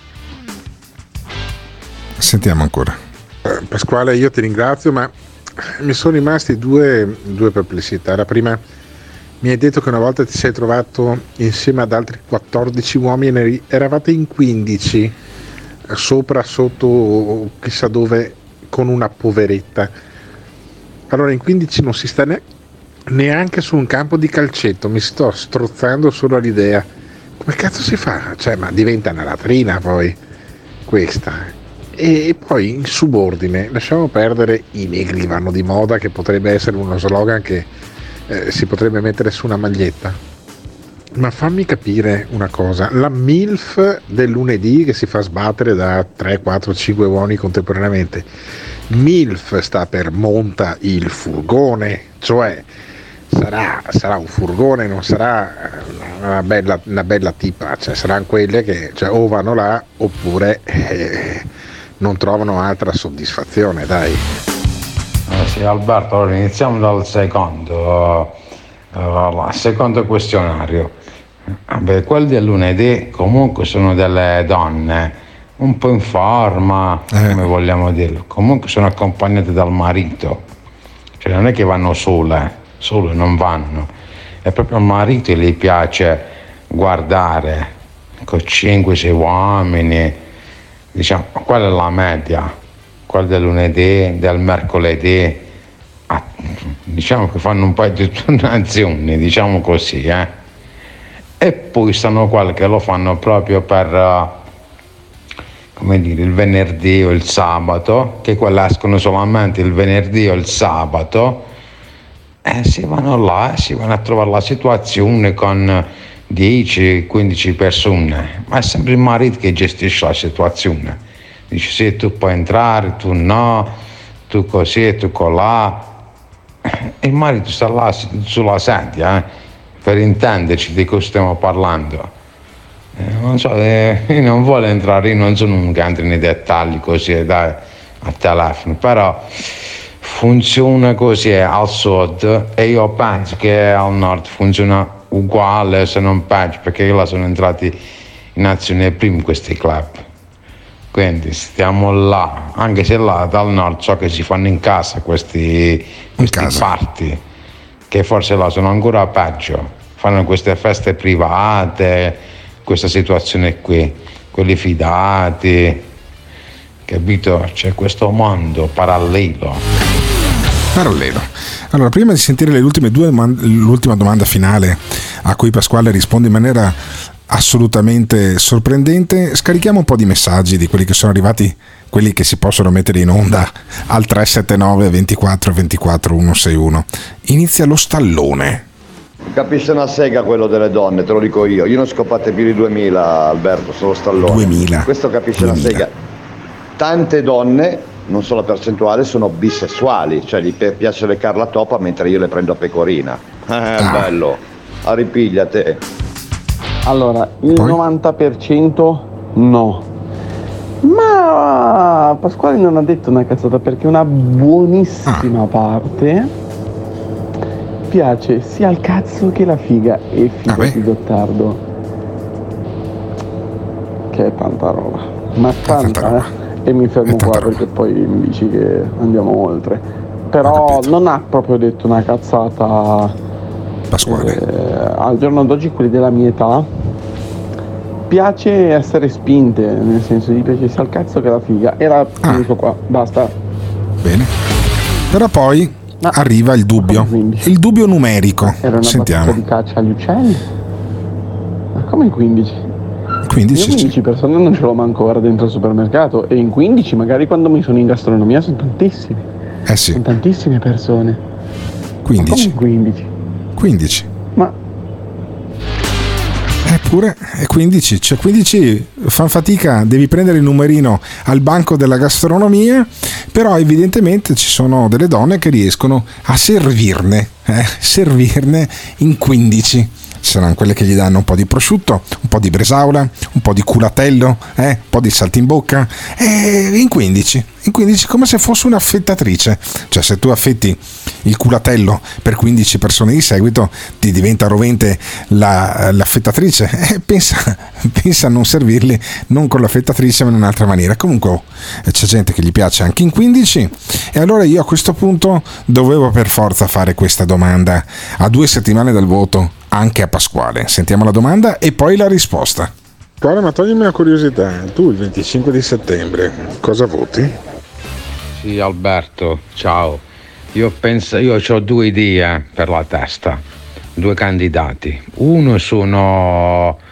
sentiamo ancora. Pasquale, io ti ringrazio, ma mi sono rimasti due perplessità. La prima, mi hai detto che una volta ti sei trovato insieme ad altri 14 uomini, eravate in 15 sopra, sotto, chissà dove, con una poveretta. Allora in 15 non si sta neanche su un campo di calcetto, mi sto strozzando solo all'idea. Come cazzo si fa? Cioè, ma diventa una latrina poi questa. E poi in subordine lasciamo perdere i negri vanno di moda, che potrebbe essere uno slogan che si potrebbe mettere su una maglietta. Ma fammi capire una cosa, la MILF del lunedì che si fa sbattere da 3, 4, 5 uomini contemporaneamente, MILF sta per monta il furgone, cioè sarà un furgone, non sarà una bella tipa, cioè saranno quelle che o vanno là oppure non trovano altra soddisfazione, dai. Sì, Alberto, allora iniziamo dal secondo questionario. Quelli del lunedì comunque sono delle donne un po' in forma, come vogliamo dirlo, comunque sono accompagnate dal marito, cioè non è che vanno sole non vanno, è proprio il marito che gli piace guardare con 5-6 uomini, diciamo, quella è la media, quella del lunedì, del mercoledì, diciamo che fanno un paio di turnazioni, diciamo così, e poi stanno quelli che lo fanno proprio per come dire, il venerdì o il sabato, che quelli escono solamente il venerdì o il sabato, si vanno là, si vanno a trovare la situazione con 10-15 persone, ma è sempre il marito che gestisce la situazione, dice sì, tu puoi entrare, tu no, tu così, tu colà, e il marito sta là sulla sedia per intenderci di cosa stiamo parlando. Non so, non vuole entrare, io non sono uno che entra nei dettagli così dai a telefono, però funziona così al sud e io penso che al nord funziona uguale, se non peggio, perché là sono entrati in azione prima questi club, quindi stiamo là, anche se là dal nord so che si fanno in casa questi party, che forse là sono ancora peggio, fanno queste feste private, questa situazione qui, quelli fidati, capito? C'è questo mondo parallelo. Allora, prima di sentire l'ultima domanda finale a cui Pasquale risponde in maniera assolutamente sorprendente, scarichiamo un po' di messaggi di quelli che sono arrivati, quelli che si possono mettere in onda al 379 24 24 161. Inizia lo stallone. Capisce una sega quello delle donne, te lo dico io non scopate più di 2000, Alberto, solo stallone. 2000. Questo capisce 2000. Una sega. Tante donne, non so la percentuale, sono bisessuali, cioè gli piace le Carla Topa mentre io le prendo a pecorina. Bello, arripigliate. Allora, il 90% no. Ma Pasquale non ha detto una cazzata, perché una buonissima parte piace sia il cazzo che la figa, e fidati Gottardo, che è tanta roba, ma tanta e mi fermo qua perché poi mi dici che andiamo oltre, però non ha proprio detto una cazzata Pasquale. Al giorno d'oggi quelli della mia età piace essere spinte, nel senso gli piace sia il cazzo che la figa, era finito qua, basta. Bene, però poi arriva il dubbio numerico. Era una sentiamo di caccia agli uccelli? Ma come in 15? 15 io 15 persone non ce l'ho manco ora dentro il supermercato, e in 15 magari quando mi sono in gastronomia sono tantissimi. Sì. Sono tantissime persone. 15. Ma come 15? Ma eppure è 15, cioè 15 fan fatica, devi prendere il numerino al banco della gastronomia, però evidentemente ci sono delle donne che riescono a servirne in 15. Ci saranno quelle che gli danno un po' di prosciutto, un po' di bresaola, un po' di culatello, un po' di saltimbocca, in 15 come se fosse un'affettatrice, cioè se tu affetti il culatello per 15 persone di seguito ti diventa rovente l'affettatrice, pensa a non servirli non con l'affettatrice ma in un'altra maniera. Comunque c'è gente che gli piace anche in 15, e allora io a questo punto dovevo per forza fare questa domanda a 2 settimane dal voto anche a Pasquale. Sentiamo la domanda e poi la risposta. Guarda, ma toglimi una curiosità, tu il 25 di settembre cosa voti? Sì, Alberto, ciao. Io ho 2 idee per la testa, 2 candidati. Uno sono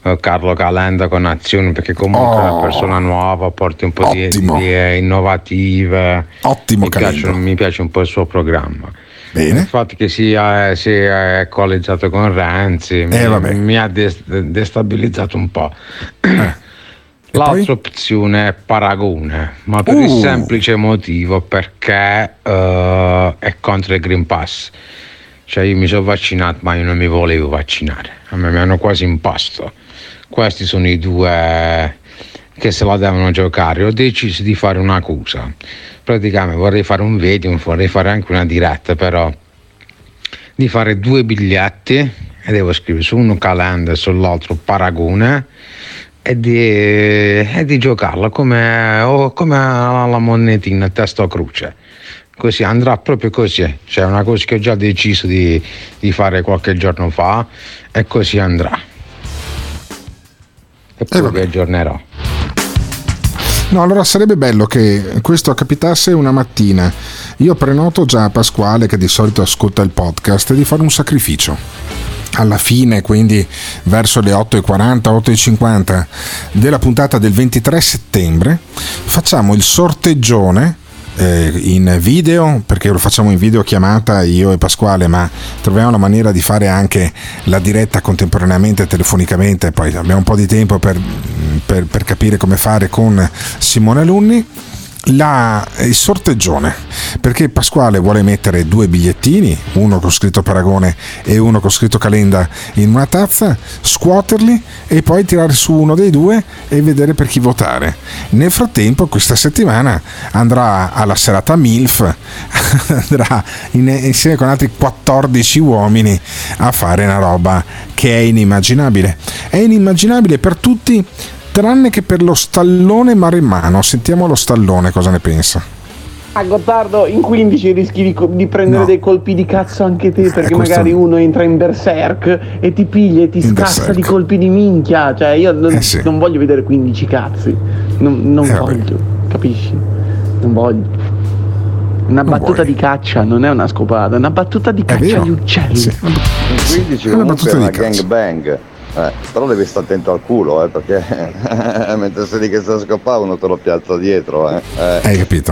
Carlo Calenda con Azione, perché comunque è una persona nuova, porta un po' di idee innovative. Ottimo Calenda. Mi piace un po' il suo programma. Bene. Il fatto che si è coleggiato con Renzi mi ha destabilizzato un po'. L'altra opzione è Paragone, ma per il semplice motivo perché è contro il Green Pass. Cioè io mi sono vaccinato, ma io non mi volevo vaccinare, a me mi hanno quasi imposto. Questi sono i due che se la devono giocare. Ho deciso di fare una cosa, praticamente vorrei fare un video, vorrei fare anche una diretta, però di fare 2 biglietti e devo scrivere su uno Calenda e sull'altro Paragone e di giocarla come la monetina testa o croce. Così andrà proprio così, cioè una cosa che ho già deciso di fare qualche giorno fa e così andrà. E poi vi aggiornerò. No, allora sarebbe bello che questo capitasse una mattina. Io prenoto già a Pasquale, che di solito ascolta il podcast, di fare un sacrificio. Alla fine, quindi verso le 8:40, 8:50 della puntata del 23 settembre, facciamo il sorteggione in video, perché lo facciamo in videochiamata io e Pasquale, ma troviamo la maniera di fare anche la diretta contemporaneamente telefonicamente, poi abbiamo un po' di tempo per capire come fare con Simone Alunni. Il sorteggione, perché Pasquale vuole mettere 2 bigliettini, uno con scritto Paragone e uno con scritto Calenda, in una tazza, scuoterli e poi tirare su uno dei due e vedere per chi votare. Nel frattempo questa settimana andrà alla serata MILF, andrà insieme con altri 14 uomini a fare una roba che è inimmaginabile per tutti, tranne che per lo stallone maremmano. Sentiamo lo stallone cosa ne pensa. A Gottardo, in 15 rischi di prendere dei colpi di cazzo anche te, perché magari uno entra in berserk e ti piglia e ti scassa di colpi di minchia. Cioè io non voglio vedere 15 cazzi, non voglio, capisci? Non voglio. Una battuta di caccia non è una scopata, è una battuta di caccia di uccelli. Sì. In 15 comunque è una gangbang. Però devi stare attento al culo, perché mentre sei lì che sta scopando uno te lo piazza dietro. Hai capito?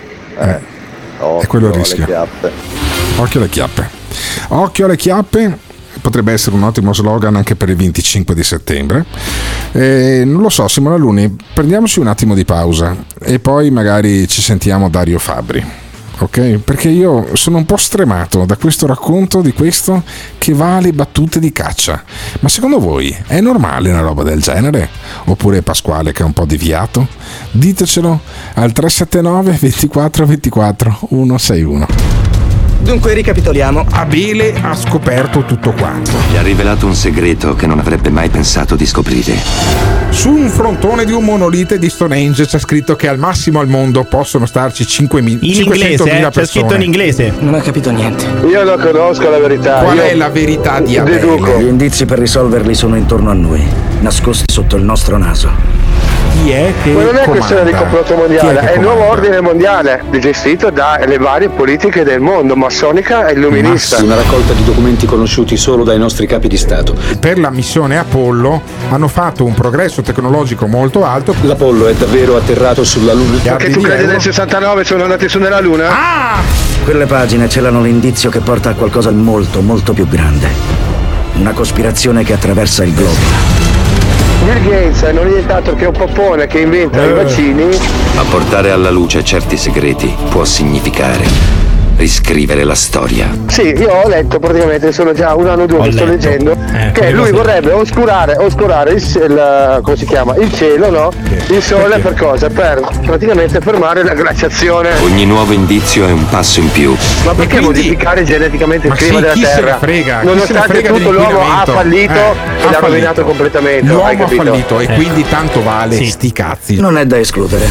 È quello il rischio. Occhio alle chiappe. Occhio alle chiappe potrebbe essere un ottimo slogan anche per il 25 di settembre. Non lo so, Simone Alunni, prendiamoci un attimo di pausa e poi magari ci sentiamo Dario Fabbri. Ok? Perché io sono un po' stremato da questo racconto di questo che va alle battute di caccia. Ma secondo voi è normale una roba del genere? Oppure Pasquale che è un po' deviato? Ditecelo al 379 24 24 161. Dunque ricapitoliamo. Abele ha scoperto tutto quanto. Gli ha rivelato un segreto che non avrebbe mai pensato di scoprire. Su un frontone di un monolite di Stonehenge c'è scritto che al massimo al mondo possono starci 500.000 persone. C'è scritto in inglese. Non ho capito niente. Io non conosco la verità. Qual è la verità di Abele? Deduco. Gli indizi per risolverli sono intorno a noi, nascosti sotto il nostro naso. Chi è che ma non è comanda? Questione di complotto mondiale, è il nuovo ordine mondiale gestito dalle varie politiche del mondo, massonica e illuminista. Una raccolta di documenti conosciuti solo dai nostri capi di Stato. Per la missione Apollo hanno fatto un progresso tecnologico molto alto. L'Apollo è davvero atterrato sulla Luna. Perché tu credi nel 69 sono andati su nella Luna? Quelle pagine celano l'indizio che porta a qualcosa di molto, molto più grande. Una cospirazione che attraversa il globo. Bill Gates non è nient'altro che un poppone che inventa i vaccini. Ma portare alla luce certi segreti può significare riscrivere la storia. Sì, io ho letto praticamente, sono già un anno o due che sto leggendo, che lui vorrebbe oscurare come si chiama? Il cielo, no? Il sole per cosa? Per praticamente fermare la glaciazione. Ogni nuovo indizio è un passo in più. Ma perché modificare geneticamente il clima della Terra? Nonostante tutto l'uomo ha fallito e l'ha rovinato completamente. L'uomo ha fallito e quindi tanto vale sti cazzi. Non è da escludere.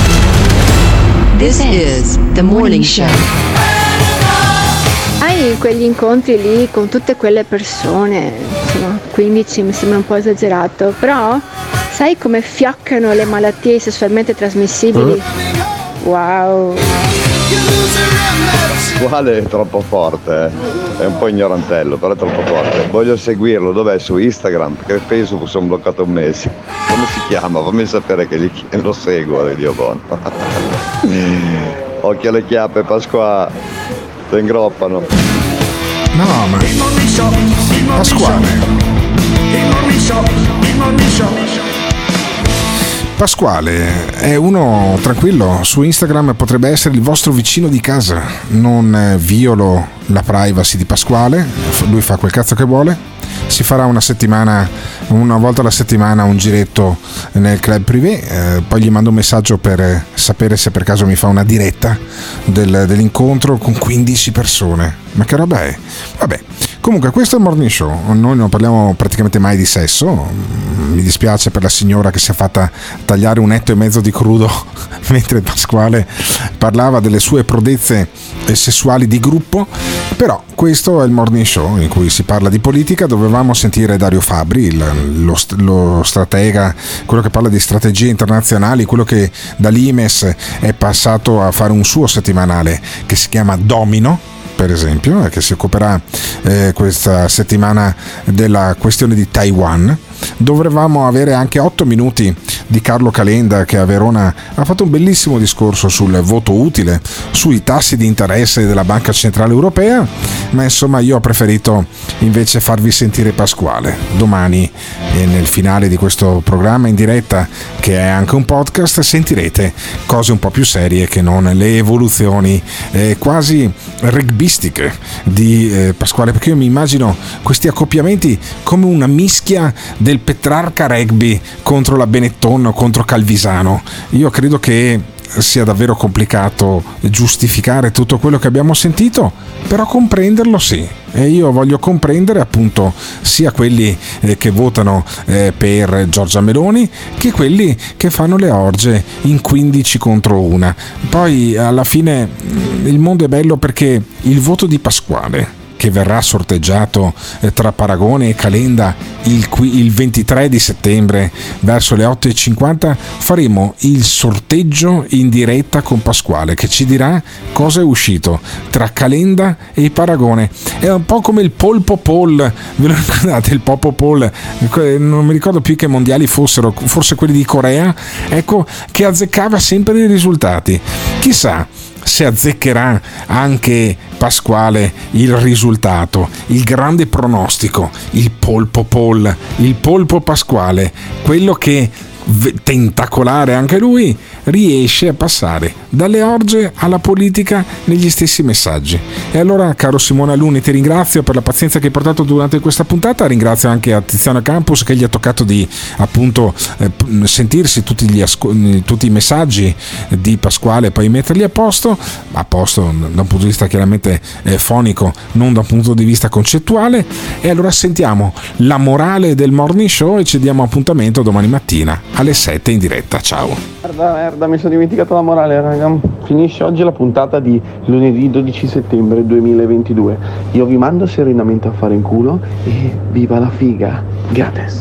This is the morning show. Hai quegli incontri lì con tutte quelle persone, insomma 15 mi sembra un po' esagerato, però sai come fioccano le malattie sessualmente trasmissibili? Wow. Pasquale è troppo forte, è un po' ignorantello, però è troppo forte. Voglio seguirlo, dov'è? Su Instagram? Perché Facebook sono bloccato un mese. Come si chiama? Fammi sapere che lo seguo, Dio buono. Occhio alle chiappe, Pasquale, te ingroppano. No, ma Pasquale. Pasquale è uno tranquillo, su Instagram potrebbe essere il vostro vicino di casa, non violo la privacy di Pasquale, lui fa quel cazzo che vuole, si farà una volta alla settimana un giretto nel club privé, poi gli mando un messaggio per sapere se per caso mi fa una diretta dell'incontro con 15 persone, ma che roba è? Vabbè. Comunque questo è il Morning Show, noi non parliamo praticamente mai di sesso, mi dispiace per la signora che si è fatta tagliare 1,5 etto di crudo mentre Pasquale parlava delle sue prodezze sessuali di gruppo, però questo è il Morning Show in cui si parla di politica. Dovevamo sentire Dario Fabbri, lo stratega, quello che parla di strategie internazionali, quello che dall'Imes è passato a fare un suo settimanale che si chiama Domino, per esempio, che si occuperà questa settimana della questione di Taiwan. Dovremmo avere anche 8 minuti di Carlo Calenda, che a Verona ha fatto un bellissimo discorso sul voto utile, sui tassi di interesse della Banca Centrale Europea, ma insomma io ho preferito invece farvi sentire Pasquale. Domani nel finale di questo programma in diretta, che è anche un podcast, sentirete cose un po' più serie che non le evoluzioni quasi rugbyistiche di Pasquale, perché io mi immagino questi accoppiamenti come una mischia del Petrarca rugby contro la Benetton o contro Calvisano. Io credo che sia davvero complicato giustificare tutto quello che abbiamo sentito, però comprenderlo sì, e io voglio comprendere appunto sia quelli che votano per Giorgia Meloni che quelli che fanno le orge in 15 contro 1. Poi alla fine il mondo è bello perché il voto di Pasquale, che verrà sorteggiato tra Paragone e Calenda il 23 di settembre verso le 8:50, faremo il sorteggio in diretta con Pasquale che ci dirà cosa è uscito tra Calenda e Paragone. È un po' come il Polpo Poll, ve lo ricordate il Popo Poll? Non mi ricordo più che mondiali fossero, forse quelli di Corea, ecco, che azzeccava sempre i risultati. Chissà se azzeccherà anche Pasquale il risultato, il grande pronostico, il Polpo Poll, il Polpo Pasquale, quello che, tentacolare anche lui, riesce a passare dalle orge alla politica negli stessi messaggi. E allora, caro Simone Alunni, ti ringrazio per la pazienza che hai portato durante questa puntata, ringrazio anche a Tiziano Campus che gli ha toccato di appunto sentirsi tutti i messaggi di Pasquale e poi metterli a posto da un punto di vista chiaramente fonico, non da un punto di vista concettuale. E allora sentiamo la morale del Morning Show e ci diamo appuntamento domani mattina alle 7 in diretta. Ciao. Merda, mi sono dimenticato la morale, raga. Finisce oggi la puntata di lunedì 12 settembre 2022. Io vi mando serenamente a fare in culo e viva la figa. Gratis.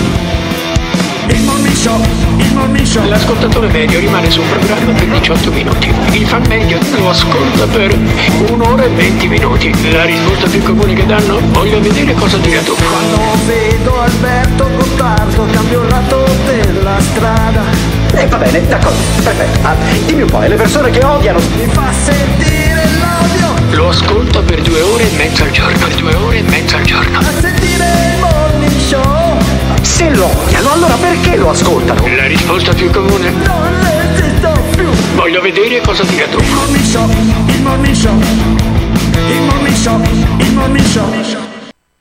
Il Morning Show. L'ascoltatore medio rimane sul programma per 18 minuti. Il fan medio lo ascolta per 1 ora e 20 minuti. La risposta più comune che danno: voglio vedere cosa dirà tu. Quando vedo Alberto Gottardo cambio il lato della strada. Va bene, d'accordo, perfetto. Dimmi un po', le persone che odiano mi fa sentire l'odio. Lo ascolta per 2 ore e mezza al giorno. A sentire il Morning Show. Se lo odiano, allora perché lo ascoltano? La risposta più comune: non esisto più. Voglio vedere cosa dirà tu. Il Morning Show.